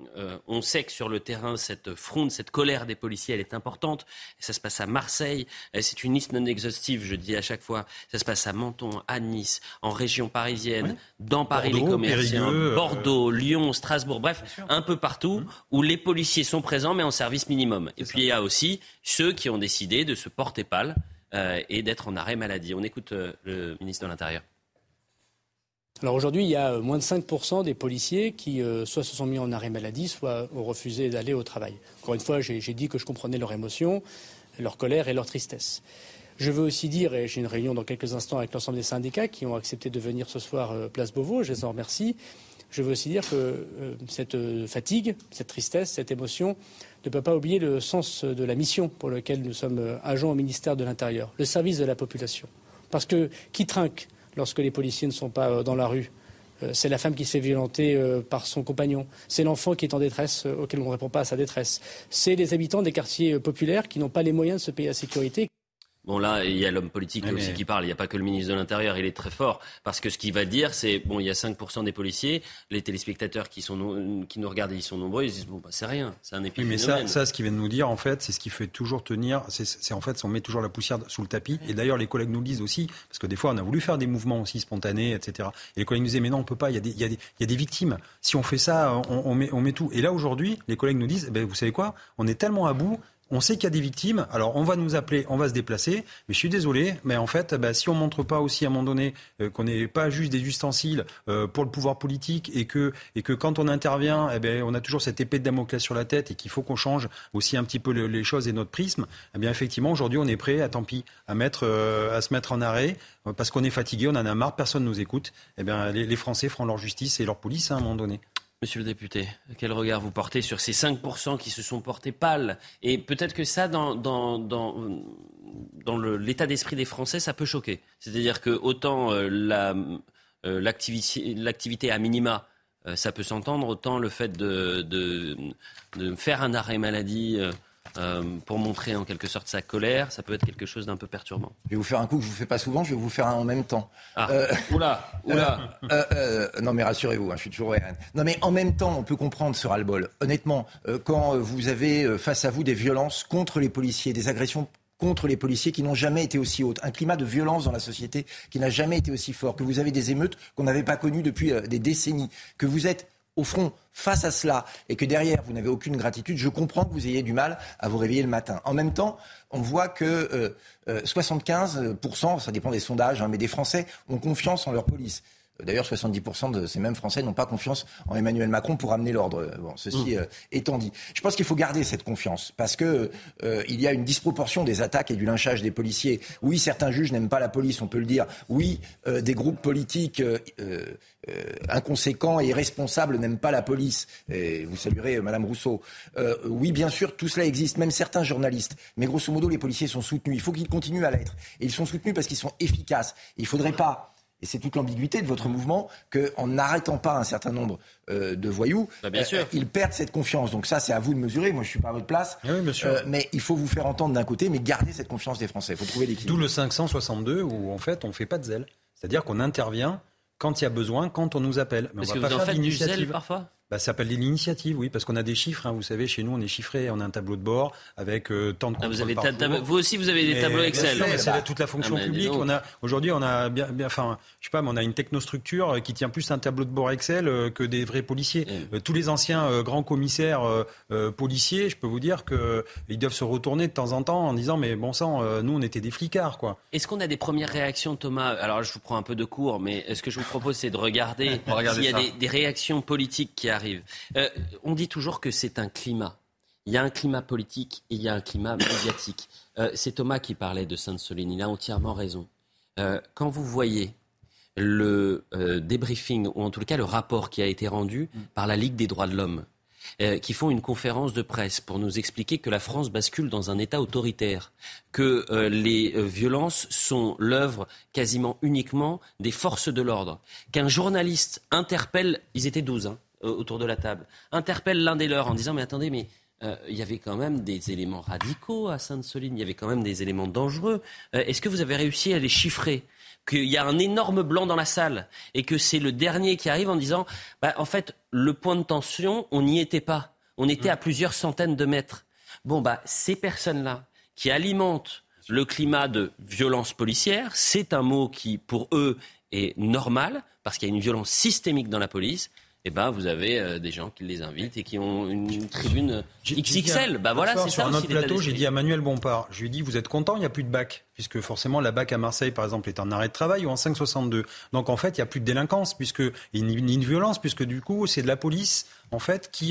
on sait que sur le terrain cette fronde, cette colère des policiers, elle est importante. Ça se passe à Marseille, c'est une liste non exhaustive, je dis à chaque fois. Ça se passe à Menton, à Nice, en région parisienne, dans Paris Bordeaux, les commerçants, Bordeaux, Lyon, Strasbourg, bref, un peu partout où les policiers sont présents mais en service minimum. Et puis il y a aussi ceux qui ont décidé de se porter pâle et d'être en arrêt maladie. On écoute le ministre de l'Intérieur. Alors aujourd'hui, il y a moins de 5% des policiers qui soit se sont mis en arrêt maladie, soit ont refusé d'aller au travail. Encore une fois, j'ai dit que je comprenais leur émotion, leur colère et leur tristesse. Je veux aussi dire, et j'ai une réunion dans quelques instants avec l'ensemble des syndicats qui ont accepté de venir ce soir place Beauvau, je les en remercie. Je veux aussi dire que cette fatigue, cette tristesse, cette émotion ne peut pas oublier le sens de la mission pour laquelle nous sommes agents au ministère de l'Intérieur, le service de la population. Parce que qui trinque lorsque les policiers ne sont pas dans la rue? C'est la femme qui se fait violenter par son compagnon. C'est l'enfant qui est en détresse, auquel on ne répond pas à sa détresse. C'est les habitants des quartiers populaires qui n'ont pas les moyens de se payer la sécurité. Bon, là, il y a l'homme politique aussi qui parle. Il n'y a pas que le ministre de l'Intérieur. Il est très fort. Parce que ce qu'il va dire, c'est, bon, il y a 5% des policiers. Les téléspectateurs qui nous regardent, ils sont nombreux. Ils disent, bon, bah, c'est rien. C'est un épiphénomène. Oui, mais ça, ce qu'il vient de nous dire, en fait, c'est ce qui fait toujours tenir. C'est en fait, on met toujours la poussière sous le tapis. Et d'ailleurs, les collègues nous le disent aussi. Parce que des fois, on a voulu faire des mouvements aussi spontanés, etc. Et les collègues nous disaient, mais non, on peut pas. Il y a des victimes. Si on fait ça, on met tout. Et là, aujourd'hui, les collègues nous disent, vous savez quoi? On est tellement à bout. On sait qu'il y a des victimes, alors on va nous appeler, on va se déplacer, mais je suis désolé, mais en fait, si on montre pas aussi à un moment donné qu'on n'est pas juste des ustensiles pour le pouvoir politique et que quand on intervient, on a toujours cette épée de Damoclès sur la tête et qu'il faut qu'on change aussi un petit peu les choses et notre prisme, effectivement, aujourd'hui, on est prêt, tant pis, à se mettre en arrêt parce qu'on est fatigué, on en a marre, personne nous écoute. Les Français feront leur justice et leur police à un moment donné. Monsieur le député, quel regard vous portez sur ces 5% qui se sont portés pâles? Et peut-être que ça, dans l'état d'esprit des Français, ça peut choquer. C'est-à-dire que autant l'activité à minima, ça peut s'entendre, autant le fait de faire un arrêt maladie pour montrer en quelque sorte sa colère, ça peut être quelque chose d'un peu perturbant. Je vais vous faire un coup que je ne vous fais pas souvent, je vais vous faire un en même temps. Oula. Non mais rassurez-vous, je suis toujours RN. Non mais en même temps, on peut comprendre ce ras-le-bol. Honnêtement, quand vous avez face à vous des violences contre les policiers, des agressions contre les policiers qui n'ont jamais été aussi hautes, un climat de violence dans la société qui n'a jamais été aussi fort, que vous avez des émeutes qu'on n'avait pas connues depuis des décennies, que vous êtes au front, face à cela, et que derrière, vous n'avez aucune gratitude, je comprends que vous ayez du mal à vous réveiller le matin. En même temps, on voit que 75%, ça dépend des sondages, mais des Français ont confiance en leur police. D'ailleurs, 70% de ces mêmes Français n'ont pas confiance en Emmanuel Macron pour amener l'ordre. Bon, ceci étant dit, je pense qu'il faut garder cette confiance parce que il y a une disproportion des attaques et du lynchage des policiers. Oui, certains juges n'aiment pas la police, on peut le dire. Oui, des groupes politiques inconséquents et irresponsables n'aiment pas la police. Et vous saluerez Madame Rousseau. Oui, bien sûr, tout cela existe, même certains journalistes. Mais grosso modo, les policiers sont soutenus. Il faut qu'ils continuent à l'être. Et ils sont soutenus parce qu'ils sont efficaces. Il ne faudrait pas... Et c'est toute l'ambiguïté de votre mouvement qu'en n'arrêtant pas un certain nombre de voyous, ils perdent cette confiance. Donc ça, c'est à vous de mesurer. Moi, je ne suis pas à votre place. Oui, mais il faut vous faire entendre d'un côté, mais garder cette confiance des Français. Il faut trouver l'équilibre. D'où le 562 où, en fait, on ne fait pas de zèle. C'est-à-dire qu'on intervient quand il y a besoin, quand on nous appelle. Mais est-ce que vous en faites du zèle parfois ? Ça s'appelle l'initiative, oui, parce qu'on a des chiffres. Vous savez, chez nous, on est chiffré, on a un tableau de bord avec tant de contrôles par jour. Vous aussi, vous avez des tableaux Excel. C'est toute la fonction publique. Aujourd'hui, on a on a une technostructure qui tient plus un tableau de bord Excel que des vrais policiers. Tous les anciens grands commissaires policiers, je peux vous dire qu'ils doivent se retourner de temps en temps en disant mais bon sang, nous on était des flicards quoi. Est-ce qu'on a des premières réactions, Thomas ? Alors je vous prends un peu de cours, mais ce que je vous propose c'est de regarder s'il y a des réactions politiques qui arrive. On dit toujours que c'est un climat. Il y a un climat politique et il y a un climat médiatique. C'est Thomas qui parlait de Sainte-Soline. Il a entièrement raison. Quand vous voyez le débriefing, ou en tout cas le rapport qui a été rendu par la Ligue des droits de l'homme, qui font une conférence de presse pour nous expliquer que la France bascule dans un État autoritaire, que les violences sont l'œuvre quasiment uniquement des forces de l'ordre, qu'un journaliste interpelle, ils étaient 12 autour de la table, interpelle l'un des leurs en disant mais attendez, mais il y avait quand même des éléments radicaux à Sainte-Soline, il y avait quand même des éléments dangereux. Est-ce que vous avez réussi à les chiffrer ? Qu'il y a un énorme blanc dans la salle et que c'est le dernier qui arrive en disant en fait, le point de tension, on n'y était pas. On était à plusieurs centaines de mètres. Ces personnes-là qui alimentent le climat de violence policière, c'est un mot qui, pour eux, est normal parce qu'il y a une violence systémique dans la police. vous avez des gens qui les invitent et qui ont une tribune XXL. Voilà, c'est ça sur un aussi. autre plateau, j'ai dit à Manuel Bompard, je lui ai dit, vous êtes content, il n'y a plus de bac, puisque forcément la BAC à Marseille, par exemple, est en arrêt de travail ou en 5,62. Donc en fait, il n'y a plus de délinquance, ni de violence, puisque du coup, c'est de la police, en fait, qui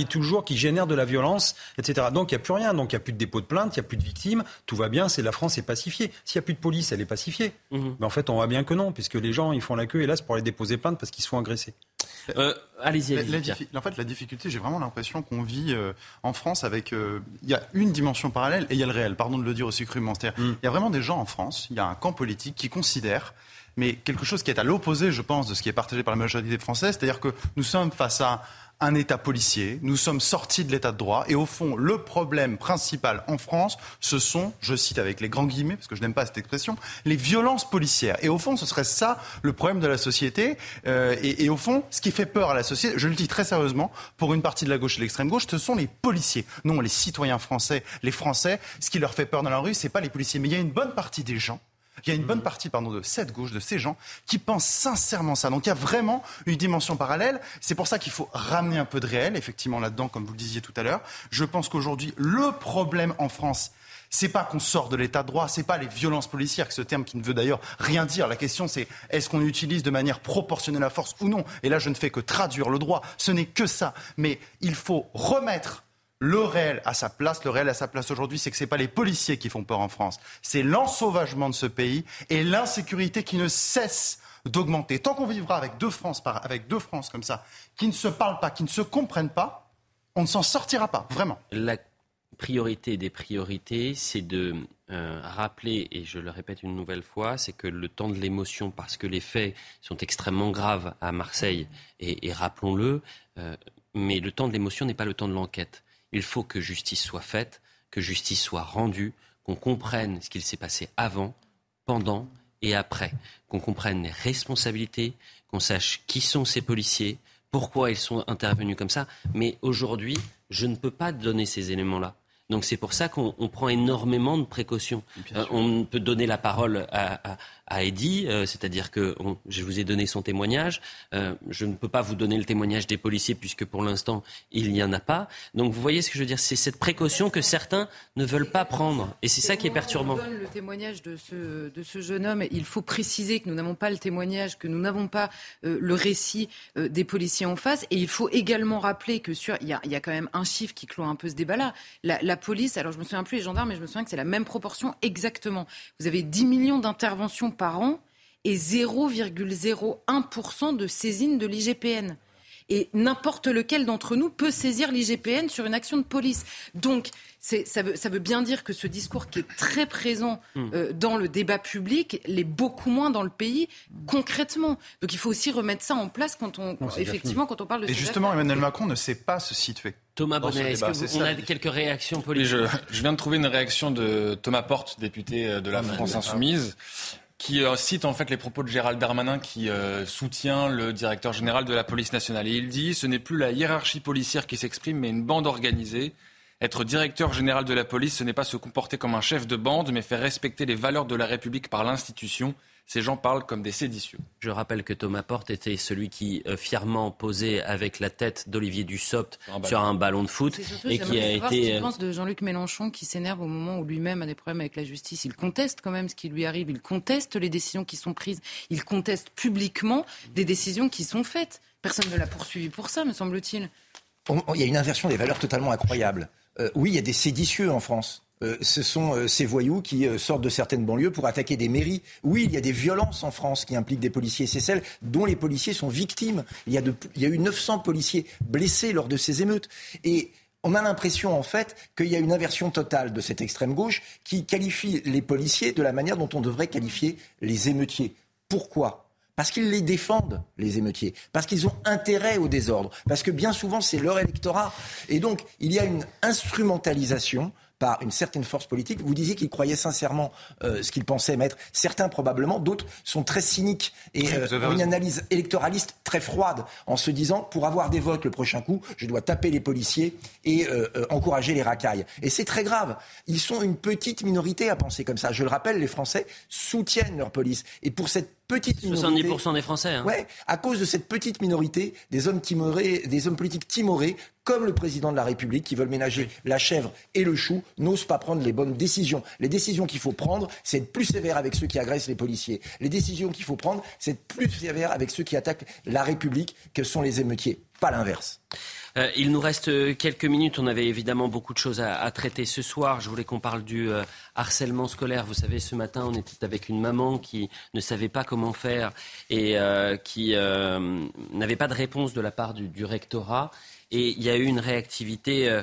génère de la violence, etc. Donc il n'y a plus rien, donc il n'y a plus de dépôt de plainte, il n'y a plus de victimes, tout va bien, la France est pacifiée. S'il n'y a plus de police, elle est pacifiée. Mais en fait, on voit bien que non, puisque les gens, ils font la queue, hélas, pour aller déposer plainte parce qu'ils se font agresser. Allez-y. En fait, la difficulté, j'ai vraiment l'impression qu'on vit en France avec... Il y a une dimension parallèle et il y a le réel, pardon de le dire aussi crûment. C'est-à-dire, il y a vraiment des gens en France, il y a un camp politique qui considère, mais quelque chose qui est à l'opposé, je pense, de ce qui est partagé par la majorité française, c'est-à-dire que nous sommes face à un État policier, nous sommes sortis de l'État de droit et au fond, le problème principal en France, ce sont, je cite avec les grands guillemets, parce que je n'aime pas cette expression, les violences policières. Et au fond, ce serait ça le problème de la société. Et au fond, ce qui fait peur à la société, je le dis très sérieusement, pour une partie de la gauche et de l'extrême gauche, ce sont les policiers. Non, les citoyens français, les Français, ce qui leur fait peur dans la rue, c'est pas les policiers. Mais il y a une bonne partie des gens, il y a une bonne partie de cette gauche, de ces gens, qui pensent sincèrement ça. Donc il y a vraiment une dimension parallèle. C'est pour ça qu'il faut ramener un peu de réel, effectivement, là-dedans, comme vous le disiez tout à l'heure. Je pense qu'aujourd'hui, le problème en France, c'est pas qu'on sort de l'état de droit, c'est pas les violences policières, ce terme qui ne veut d'ailleurs rien dire. La question, c'est est-ce qu'on utilise de manière proportionnelle la force ou non ? Et là, je ne fais que traduire le droit. Ce n'est que ça. Mais il faut remettre le réel à sa place. Le réel à sa place aujourd'hui, c'est que ce n'est pas les policiers qui font peur en France. C'est l'ensauvagement de ce pays et l'insécurité qui ne cesse d'augmenter. Tant qu'on vivra avec deux France comme ça, qui ne se parlent pas, qui ne se comprennent pas, on ne s'en sortira pas, vraiment. La priorité des priorités, c'est de rappeler, et je le répète une nouvelle fois, c'est que le temps de l'émotion, parce que les faits sont extrêmement graves à Marseille, et rappelons-le, mais le temps de l'émotion n'est pas le temps de l'enquête. Il faut que justice soit faite, que justice soit rendue, qu'on comprenne ce qu'il s'est passé avant, pendant et après, qu'on comprenne les responsabilités, qu'on sache qui sont ces policiers, pourquoi ils sont intervenus comme ça. Mais aujourd'hui, je ne peux pas donner ces éléments-là. Donc c'est pour ça qu'on prend énormément de précautions. On peut donner la parole à Eddy, c'est-à-dire que je vous ai donné son témoignage. Je ne peux pas vous donner le témoignage des policiers puisque pour l'instant il n'y en a pas. Donc vous voyez ce que je veux dire, c'est cette précaution que certains ne veulent pas prendre. Et c'est ça qui est perturbant. On donne le témoignage de ce jeune homme. Il faut préciser que nous n'avons pas le témoignage, que nous n'avons pas le récit des policiers en face. Et il faut également rappeler que il y a quand même un chiffre qui clôt un peu ce débat-là. La police, alors je me souviens plus les gendarmes, mais je me souviens que c'est la même proportion exactement. Vous avez 10 millions d'interventions par an et 0,01% de saisine de l'IGPN. Et n'importe lequel d'entre nous peut saisir l'IGPN sur une action de police. Donc, ça veut bien dire que ce discours qui est très présent dans le débat public l'est beaucoup moins dans le pays, concrètement. Donc, il faut aussi remettre ça en place quand on parle de... Et justement, Emmanuel Macron ne sait pas se situer. Thomas Bonnet, est-ce qu'on a quelques réactions politiques ? Je viens de trouver une réaction de Thomas Porte, député de la France Insoumise, qui cite en fait les propos de Gérald Darmanin qui soutient le directeur général de la police nationale. Et il dit « Ce n'est plus la hiérarchie policière qui s'exprime, mais une bande organisée. Être directeur général de la police, ce n'est pas se comporter comme un chef de bande, mais faire respecter les valeurs de la République par l'institution. Ces gens parlent comme des séditieux. » Je rappelle que Thomas Porte était celui qui fièrement posait avec la tête d'Olivier Dussopt sur un ballon de foot. Et qui a été... Ce qu'il pense de Jean-Luc Mélenchon qui s'énerve au moment où lui-même a des problèmes avec la justice. Il conteste quand même ce qui lui arrive. Il conteste les décisions qui sont prises. Il conteste publiquement des décisions qui sont faites. Personne ne l'a poursuivi pour ça, me semble-t-il. Il y a une inversion des valeurs totalement incroyable. Oui, il y a des séditieux en France. Ce sont ces voyous qui sortent de certaines banlieues pour attaquer des mairies. Oui, il y a des violences en France qui impliquent des policiers. C'est celles dont les policiers sont victimes. Il y a eu 900 policiers blessés lors de ces émeutes. Et on a l'impression, en fait, qu'il y a une inversion totale de cette extrême gauche qui qualifie les policiers de la manière dont on devrait qualifier les émeutiers. Pourquoi ? Parce qu'ils les défendent, les émeutiers. Parce qu'ils ont intérêt au désordre. Parce que bien souvent, c'est leur électorat. Et donc, il y a une instrumentalisation par une certaine force politique. Vous disiez qu'ils croyaient sincèrement ce qu'ils pensaient mettre. Certains probablement, d'autres sont très cyniques et ont une analyse électoraliste très froide en se disant, pour avoir des votes le prochain coup, je dois taper les policiers et encourager les racailles. Et c'est très grave. Ils sont une petite minorité à penser comme ça. Je le rappelle, les Français soutiennent leur police. Et pour cette petite minorité. 70% des Français. Ouais, à cause de cette petite minorité, des hommes politiques timorés, comme le président de la République, qui veulent ménager la chèvre et le chou, n'osent pas prendre les bonnes décisions. Les décisions qu'il faut prendre, c'est être plus sévère avec ceux qui agressent les policiers. Les décisions qu'il faut prendre, c'est être plus sévère avec ceux qui attaquent la République, que sont les émeutiers, pas l'inverse. Il nous reste quelques minutes. On avait évidemment beaucoup de choses à traiter ce soir. Je voulais qu'on parle du harcèlement scolaire. Vous savez, ce matin, on était avec une maman qui ne savait pas comment faire et qui n'avait pas de réponse de la part du rectorat. Et il y a eu une réactivité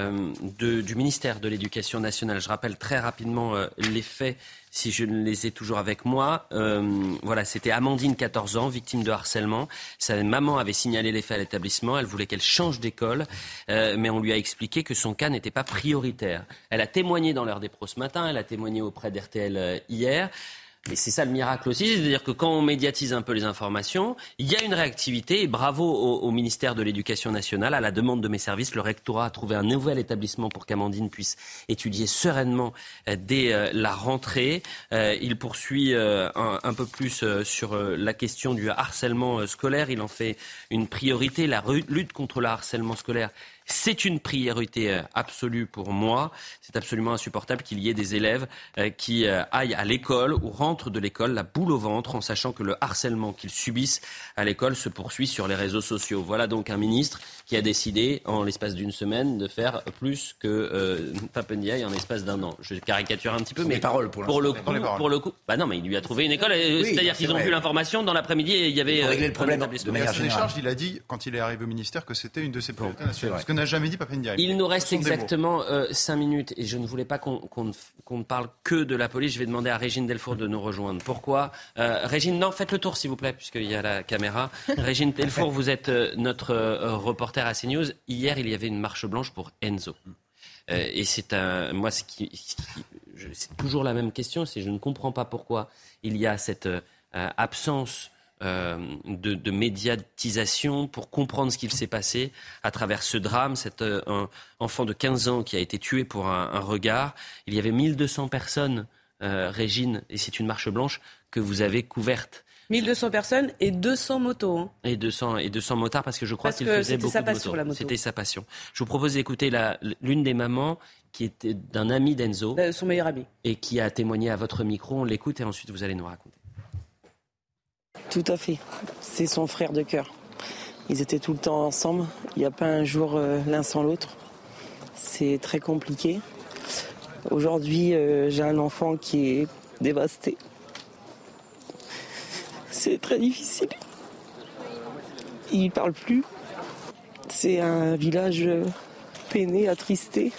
du ministère de l'Éducation nationale. Je rappelle très rapidement les faits, si je les ai toujours avec moi. Voilà, c'était Amandine, 14 ans, victime de harcèlement. Sa maman avait signalé les faits à l'établissement. Elle voulait qu'elle change d'école, mais on lui a expliqué que son cas n'était pas prioritaire. Elle a témoigné dans l'heure des pros ce matin, elle a témoigné auprès d'RTL hier. Mais c'est ça le miracle aussi, c'est-à-dire que quand on médiatise un peu les informations, il y a une réactivité et bravo au ministère de l'Éducation nationale. À la demande de mes services, le rectorat a trouvé un nouvel établissement pour qu'Amandine puisse étudier sereinement dès la rentrée. Il poursuit un peu plus sur la question du harcèlement scolaire. Il en fait une priorité. La lutte contre le harcèlement scolaire, c'est une priorité absolue pour moi. C'est absolument insupportable qu'il y ait des élèves qui aillent à l'école ou rentrent de l'école la boule au ventre en sachant que le harcèlement qu'ils subissent à l'école se poursuit sur les réseaux sociaux. Voilà donc un ministre qui a décidé en l'espace d'une semaine de faire plus que Pap Ndiaye en l'espace d'un an. Je caricature un petit peu, mais pour le coup, bah non, mais il lui a trouvé une école. C'est-à-dire qu'ils ont vu l'information dans l'après-midi et il y avait régler le problème de manière générale. Il a dit quand il est arrivé au ministère que c'était une de ses priorités nationales. N'a jamais dit Pap Ndiaye. Il nous reste exactement 5 minutes et je ne voulais pas qu'on ne parle que de la police. Je vais demander à Régine Delfour de nous rejoindre. Pourquoi Régine, non, faites le tour s'il vous plaît, puisqu'il y a la caméra. Régine Delfour, vous êtes notre reporter à CNews. Hier, il y avait une marche blanche pour Enzo. Et c'est toujours la même question, c'est je ne comprends pas pourquoi il y a cette absence de médiatisation pour comprendre ce qu'il s'est passé à travers ce drame, cet enfant de 15 ans qui a été tué pour un regard. Il y avait 1200 personnes, Régine, et c'est une marche blanche que vous avez couverte. 1200 personnes et 200 motos. Hein. Et 200 motards parce que je crois qu'il faisait beaucoup de motos. C'était sa passion. Je vous propose d'écouter l'une des mamans qui était d'un ami d'Enzo. Son meilleur ami. Et qui a témoigné à votre micro. On l'écoute et ensuite vous allez nous raconter. Tout à fait. C'est son frère de cœur. Ils étaient tout le temps ensemble. Il n'y a pas un jour l'un sans l'autre. C'est très compliqué. Aujourd'hui, j'ai un enfant qui est dévasté. C'est très difficile. Il ne parle plus. C'est un village peiné, attristé,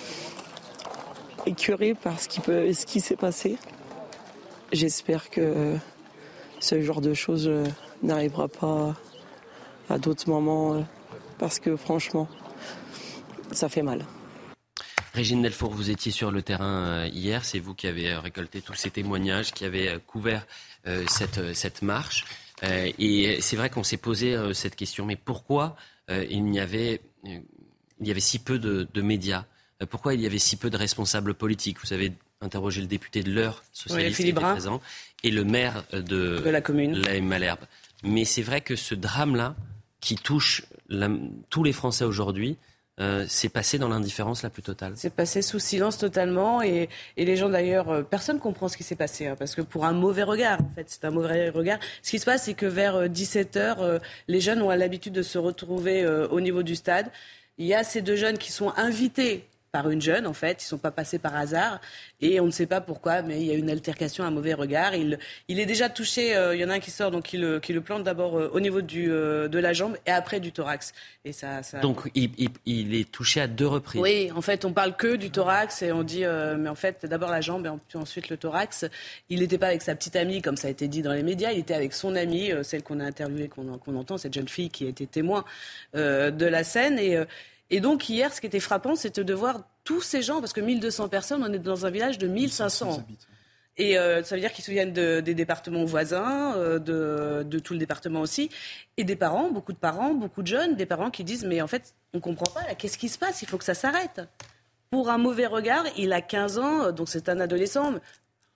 écœuré par ce qui s'est passé. J'espère que ce genre de choses n'arrivera pas à d'autres moments parce que franchement, ça fait mal. Régine Delfour, vous étiez sur le terrain hier, c'est vous qui avez récolté tous ces témoignages, qui avez couvert cette marche. Et c'est vrai qu'on s'est posé cette question, mais pourquoi il y avait si peu de médias ? Pourquoi il y avait si peu de responsables politiques ? Vous avez interrogé le député de l'Eure, socialiste, qui était présent, et le maire de la commune, la Malherbe. Mais c'est vrai que ce drame-là, qui touche tous les Français aujourd'hui, c'est passé dans l'indifférence la plus totale. C'est passé sous silence totalement et les gens d'ailleurs, personne ne comprend ce qui s'est passé parce que pour un mauvais regard, en fait, c'est un mauvais regard. Ce qui se passe, c'est que vers 17h, les jeunes ont l'habitude de se retrouver au niveau du stade. Il y a ces deux jeunes qui sont invités par une jeune, en fait. Ils ne sont pas passés par hasard. Et on ne sait pas pourquoi, mais il y a une altercation, un mauvais regard. Il est déjà touché. Il y en a un qui sort, donc qui le plante d'abord au niveau de la jambe et après du thorax. Et ça... Donc il est touché à 2 reprises. Oui, en fait, on parle que du thorax et on dit, mais en fait, d'abord la jambe et ensuite le thorax. Il n'était pas avec sa petite amie, comme ça a été dit dans les médias. Il était avec son amie, celle qu'on a interviewée, qu'on entend, cette jeune fille qui a été témoin de la scène. Et donc hier, ce qui était frappant, c'était de voir tous ces gens, parce que 1200 personnes, on est dans un village de 1500. Et ça veut dire qu'ils se souviennent des départements voisins, de tout le département aussi, et des parents, beaucoup de jeunes, des parents qui disent « mais en fait, on ne comprend pas, là, qu'est-ce qui se passe ? Il faut que ça s'arrête ». Pour un mauvais regard, il a 15 ans, donc c'est un adolescent.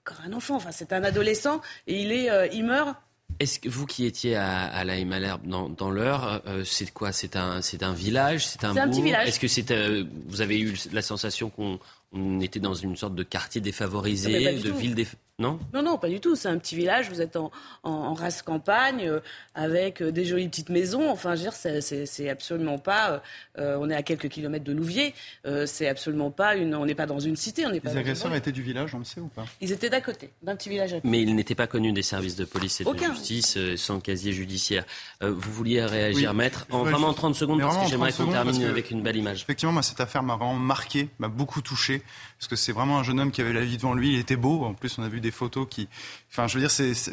encore un enfant. Enfin, c'est un adolescent et il meurt. Est-ce que vous qui étiez à la Malherbe dans l'heure, c'est quoi ? C'est un village, c'est un petit village. Est-ce que vous avez eu la sensation qu'on était dans une sorte de quartier défavorisé, de ville Non, pas du tout. C'est un petit village. Vous êtes en race campagne avec des jolies petites maisons. Enfin, je veux dire, c'est absolument pas. On est à quelques kilomètres de Louviers. C'est absolument pas on n'est pas dans une cité. Les agresseurs étaient du village, on le sait ou pas ? Ils étaient d'à côté, d'un petit village à côté. Mais ils n'étaient pas connus des services de police et de justice, sans casier judiciaire. Vous vouliez réagir, maître, vraiment en 30 secondes, parce que j'aimerais qu'on termine avec une belle image. Effectivement, moi, cette affaire m'a vraiment marqué, m'a beaucoup touché, parce que c'est vraiment un jeune homme qui avait la vie devant lui. Il était beau. En plus, on a vu des photos qui... Enfin, je veux dire,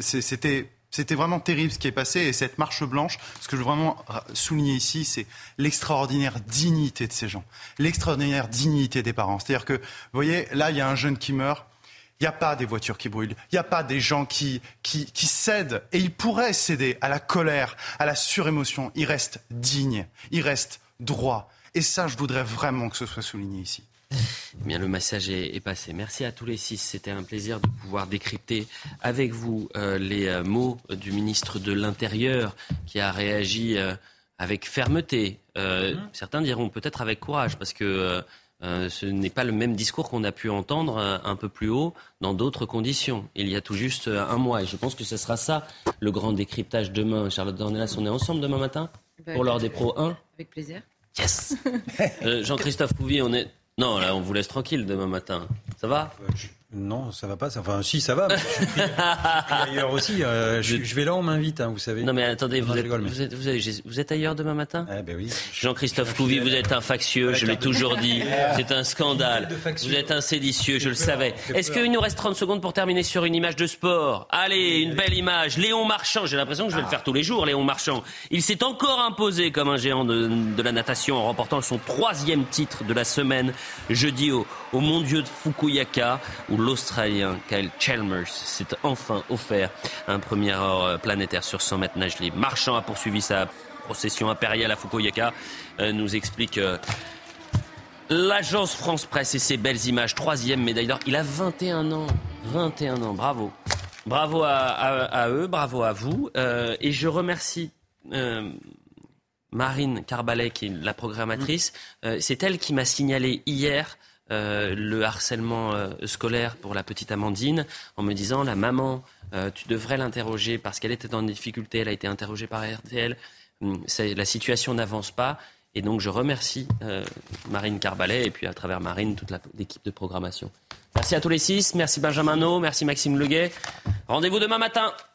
c'était vraiment terrible ce qui est passé. Et cette marche blanche, ce que je veux vraiment souligner ici, c'est l'extraordinaire dignité de ces gens. L'extraordinaire dignité des parents. C'est-à-dire que, vous voyez, là, il y a un jeune qui meurt. Il n'y a pas des voitures qui brûlent. Il n'y a pas des gens qui cèdent. Et ils pourraient céder à la colère, à la surémotion. Ils restent dignes. Ils restent droits. Et ça, je voudrais vraiment que ce soit souligné ici. Eh bien, le message est passé. Merci à tous les 6. C'était un plaisir de pouvoir décrypter avec vous les mots du ministre de l'Intérieur qui a réagi avec fermeté. Certains diront peut-être avec courage parce que ce n'est pas le même discours qu'on a pu entendre un peu plus haut dans d'autres conditions. Il y a tout juste un mois. Et je pense que ce sera ça le grand décryptage demain. Charlotte Dornelas, on est ensemble demain matin pour l'heure des Pro 1. Avec plaisir. Yes. Jean-Christophe Couvi, on est... Non, là, on vous laisse tranquille demain matin. Ça va ? Non, ça va pas. Enfin, si, ça va. Mais je suis pris ailleurs aussi. Je vais là, on m'invite, vous savez. Non, mais attendez, vous êtes ailleurs demain matin ? Ben oui. Jean-Christophe Couvi, vous êtes un factieux, je l'ai toujours dit. C'est un scandale. Vous êtes un séditieux, je le savais. Est-ce qu'il nous reste 30 secondes pour terminer sur une image de sport ? Allez, une belle image. Léon Marchand, j'ai l'impression que je vais le faire tous les jours, Léon Marchand. Il s'est encore imposé comme un géant de la natation en remportant son 3e titre de la semaine, jeudi au mondiaux de Fukuyaka, où l'Australien Kyle Chalmers s'est enfin offert un premier or planétaire sur 100 mètres nage libre. Marchand a poursuivi sa procession impériale à Fukuyaka, nous explique l'agence France Presse et ses belles images. 3e médaille d'or. Il a 21 ans. 21 ans, bravo. Bravo à eux, bravo à vous. Et je remercie Marine Carbalet, qui est la programmatrice. C'est elle qui m'a signalé hier le harcèlement scolaire pour la petite Amandine, en me disant, la maman, tu devrais l'interroger parce qu'elle était dans des difficultés, elle a été interrogée par RTL, la situation n'avance pas, et donc je remercie Marine Carbalet, et puis à travers Marine, toute l'équipe de programmation. Merci à tous les 6, merci Benjamin No, merci Maxime Leguet. Rendez-vous demain matin.